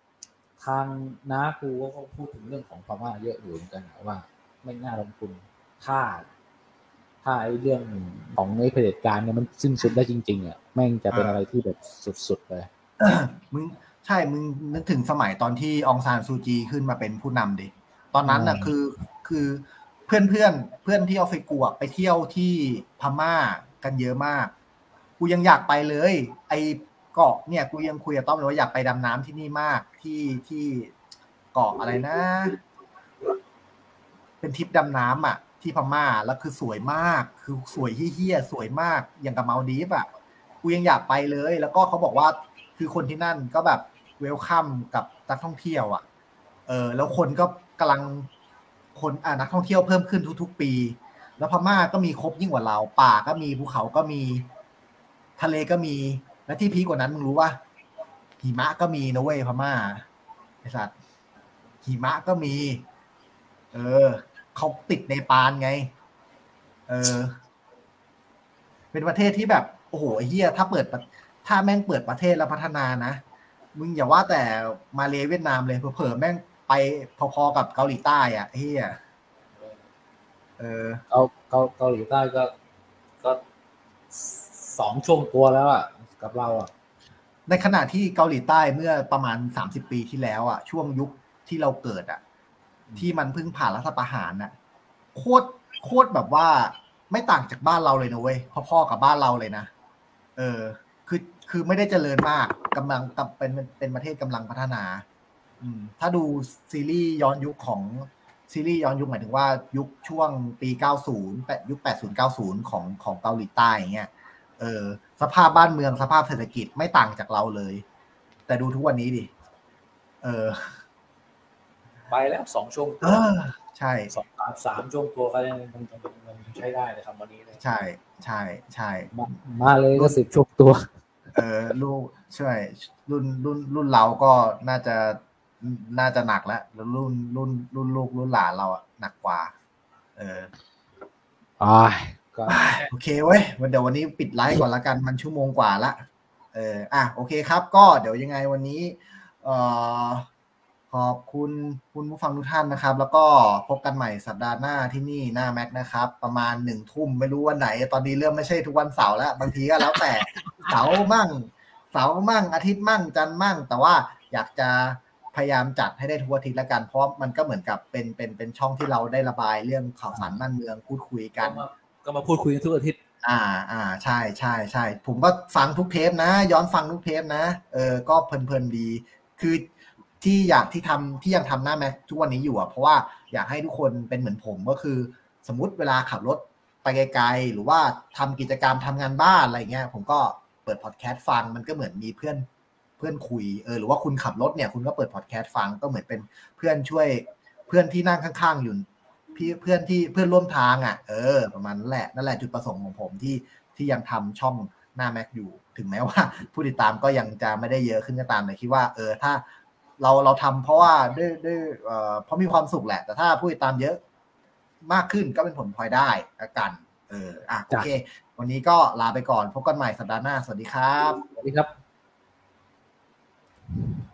ทางน้าครูก็พูดถึงเรื่องของพม่าเยอะอยู่เหมือนกันว่าไม่น่าลงทุนถ้าไอ้เรื่องของไอ้เผด็จการเนี่ยมันสิ้นสุดได้จริงๆอ่ะแม่งจะเป็นอะไรที่แบบสุดๆเลยมึงใช่มึงนึกถึงสมัยตอนที่องซานซูจีขึ้นมาเป็นผู้นำดิตอนนั้นน่ะคือเพื่อนที่ออฟฟิศกูไปเที่ยวที่พม่ากันเยอะมากกูยังอยากไปเลยไอเกาะเนี่ยกูยังคุยกับต้อมเลยว่าอยากไปดำน้ำที่นี่มากที่เกาะอะไรนะเป็นทริปดำน้ำอ่ะที่พม่าแล้วคือสวยมากคือสวยเหี้ยสวยมากอย่างกับมาลดีฟอ่ะกูยังอยากไปเลยแล้วก็เขาบอกว่าคือคนที่นั่นก็แบบเวลคัมกับนักท่องเที่ยวอ่ะแล้วคนก็กำลังคนนักท่องเที่ยวเพิ่มขึ้นทุกๆปีแล้วพม่าก็มีครบยิ่งกว่าเราป่าก็มีภูเขาก็มีทะเลก็มีและที่พีกกว่านั้นมึงรู้ว่าหิมะก็มีนะเว้ยพม่าไอ้สัตว์หิมะก็มีเขาติดเนปาลไงเป็นประเทศที่แบบโอ้โหไอ้เหี้ยถ้าแม่งเปิดประเทศแล้วพัฒนานะมึงอย่าว่าแต่มาเลเวียดนามเลยเผลอๆแม่งไปพอๆกับเกาหลีใต้อ่ะเหี้ยเกาหลีใต้ก็2 ช่วงตัวแล้วอ่ะกับเราอ่ะในขณะที่เกาหลีใต้เมื่อประมาณ30 ปีที่แล้วอ่ะช่วงยุคที่เราเกิดอ่ะที่มันเพิ่งผ่านรัฐประหารน่ะโคตรแบบว่าไม่ต่างจากบ้านเราเลยนะเว้ยพ่อๆกับบ้านเราเลยนะคือไม่ได้เจริญมากกำลังเป็นประเทศกำลังพัฒนาถ้าดูซีรีส์ย้อนยุคของซีรีส์ย้อนยุคหมายถึงว่ายุคช่วงปี90ยุค80 90ของเกาหลีใต้อย่างเงี้ยสภาพบ้านเมืองสภาพเศรษฐกิจไม่ต่างจากเราเลยแต่ดูทุกวันนี้ดิไปแล้ว2 ช่วงตัวใช่ 3 ช่วงตัวก็ยังใช้ได้เลยครับวันนี้เลยใช่มาเลยก็10 ช่วงตัวลูกช่วยรุ่นเราก็น่าจะหนักแล้วรุ่นลูกรุ่นหลานเราอ่ะหนักกว่าโอเคเว้ยเดี๋ยววันนี้ปิดไลฟ์ก่อนละกันมันชั่วโมงกว่าละโอเคครับก็เดี๋ยวยังไงวันนี้ขอบคุณผู้ฟังทุกท่านนะครับแล้วก็พบกันใหม่สัปดาห์หน้าที่นี่หน้าแม็กนะครับประมาณ1 ทุ่มไม่รู้วันไหนตอนนี้เริ่มไม่ใช่ทุกวันเสาร์แล้วบางทีก็แล้วแต่เสาร์มั่งอาทิตย์มั่งจันทร์มั่งแต่ว่าอยากจะพยายามจัดให้ได้ทุกอาทิตย์ละกันเพราะมันก็เหมือนกับเป็นช่องที่เราได้ระบายเรื่องข่าวสารบ้านเมืองพูดคุยกันก็มาพูดคุยทุกอาทิตย์ใช่ผมก็ฟังทุกเทปนะย้อนฟังทุกเทปนะก็เพลินดีคือที่ยังทำหน้าแม็กทุกวันนี้อยู่เพราะว่าอยากให้ทุกคนเป็นเหมือนผมก็คือสมมุติเวลาขับรถไปไกลๆหรือว่าทำกิจกรรมทำงานบ้านอะไรเงี้ยผมก็เปิดพอดแคสต์ฟังมันก็เหมือนมีเพื่อนคุยหรือว่าคุณขับรถเนี่ยคุณก็เปิดพอดแคสต์ฟังก็เหมือนเป็นเพื่อนช่วยเพื่อนที่นั่งข้างๆอยู่เพื่อนร่วมทางประมาณนั่นแหละจุดประสงค์ของผมที่ยังทำช่องหน้าแม็กอยู่ถึงแม้ว่าผู้ติดตามก็ยังจะไม่ได้เยอะขึ้นก็ตามแต่คิดว่าถ้าเราทำเพราะว่าด้วยเพราะมีความสุขแหละแต่ถ้าผู้ติดตามเยอะมากขึ้นก็เป็นผลพลอยได้กันโอเควันนี้ก็ลาไปก่อนพบกันใหม่สัปดาห์หน้าสวัสดีครับสวัสดีครับ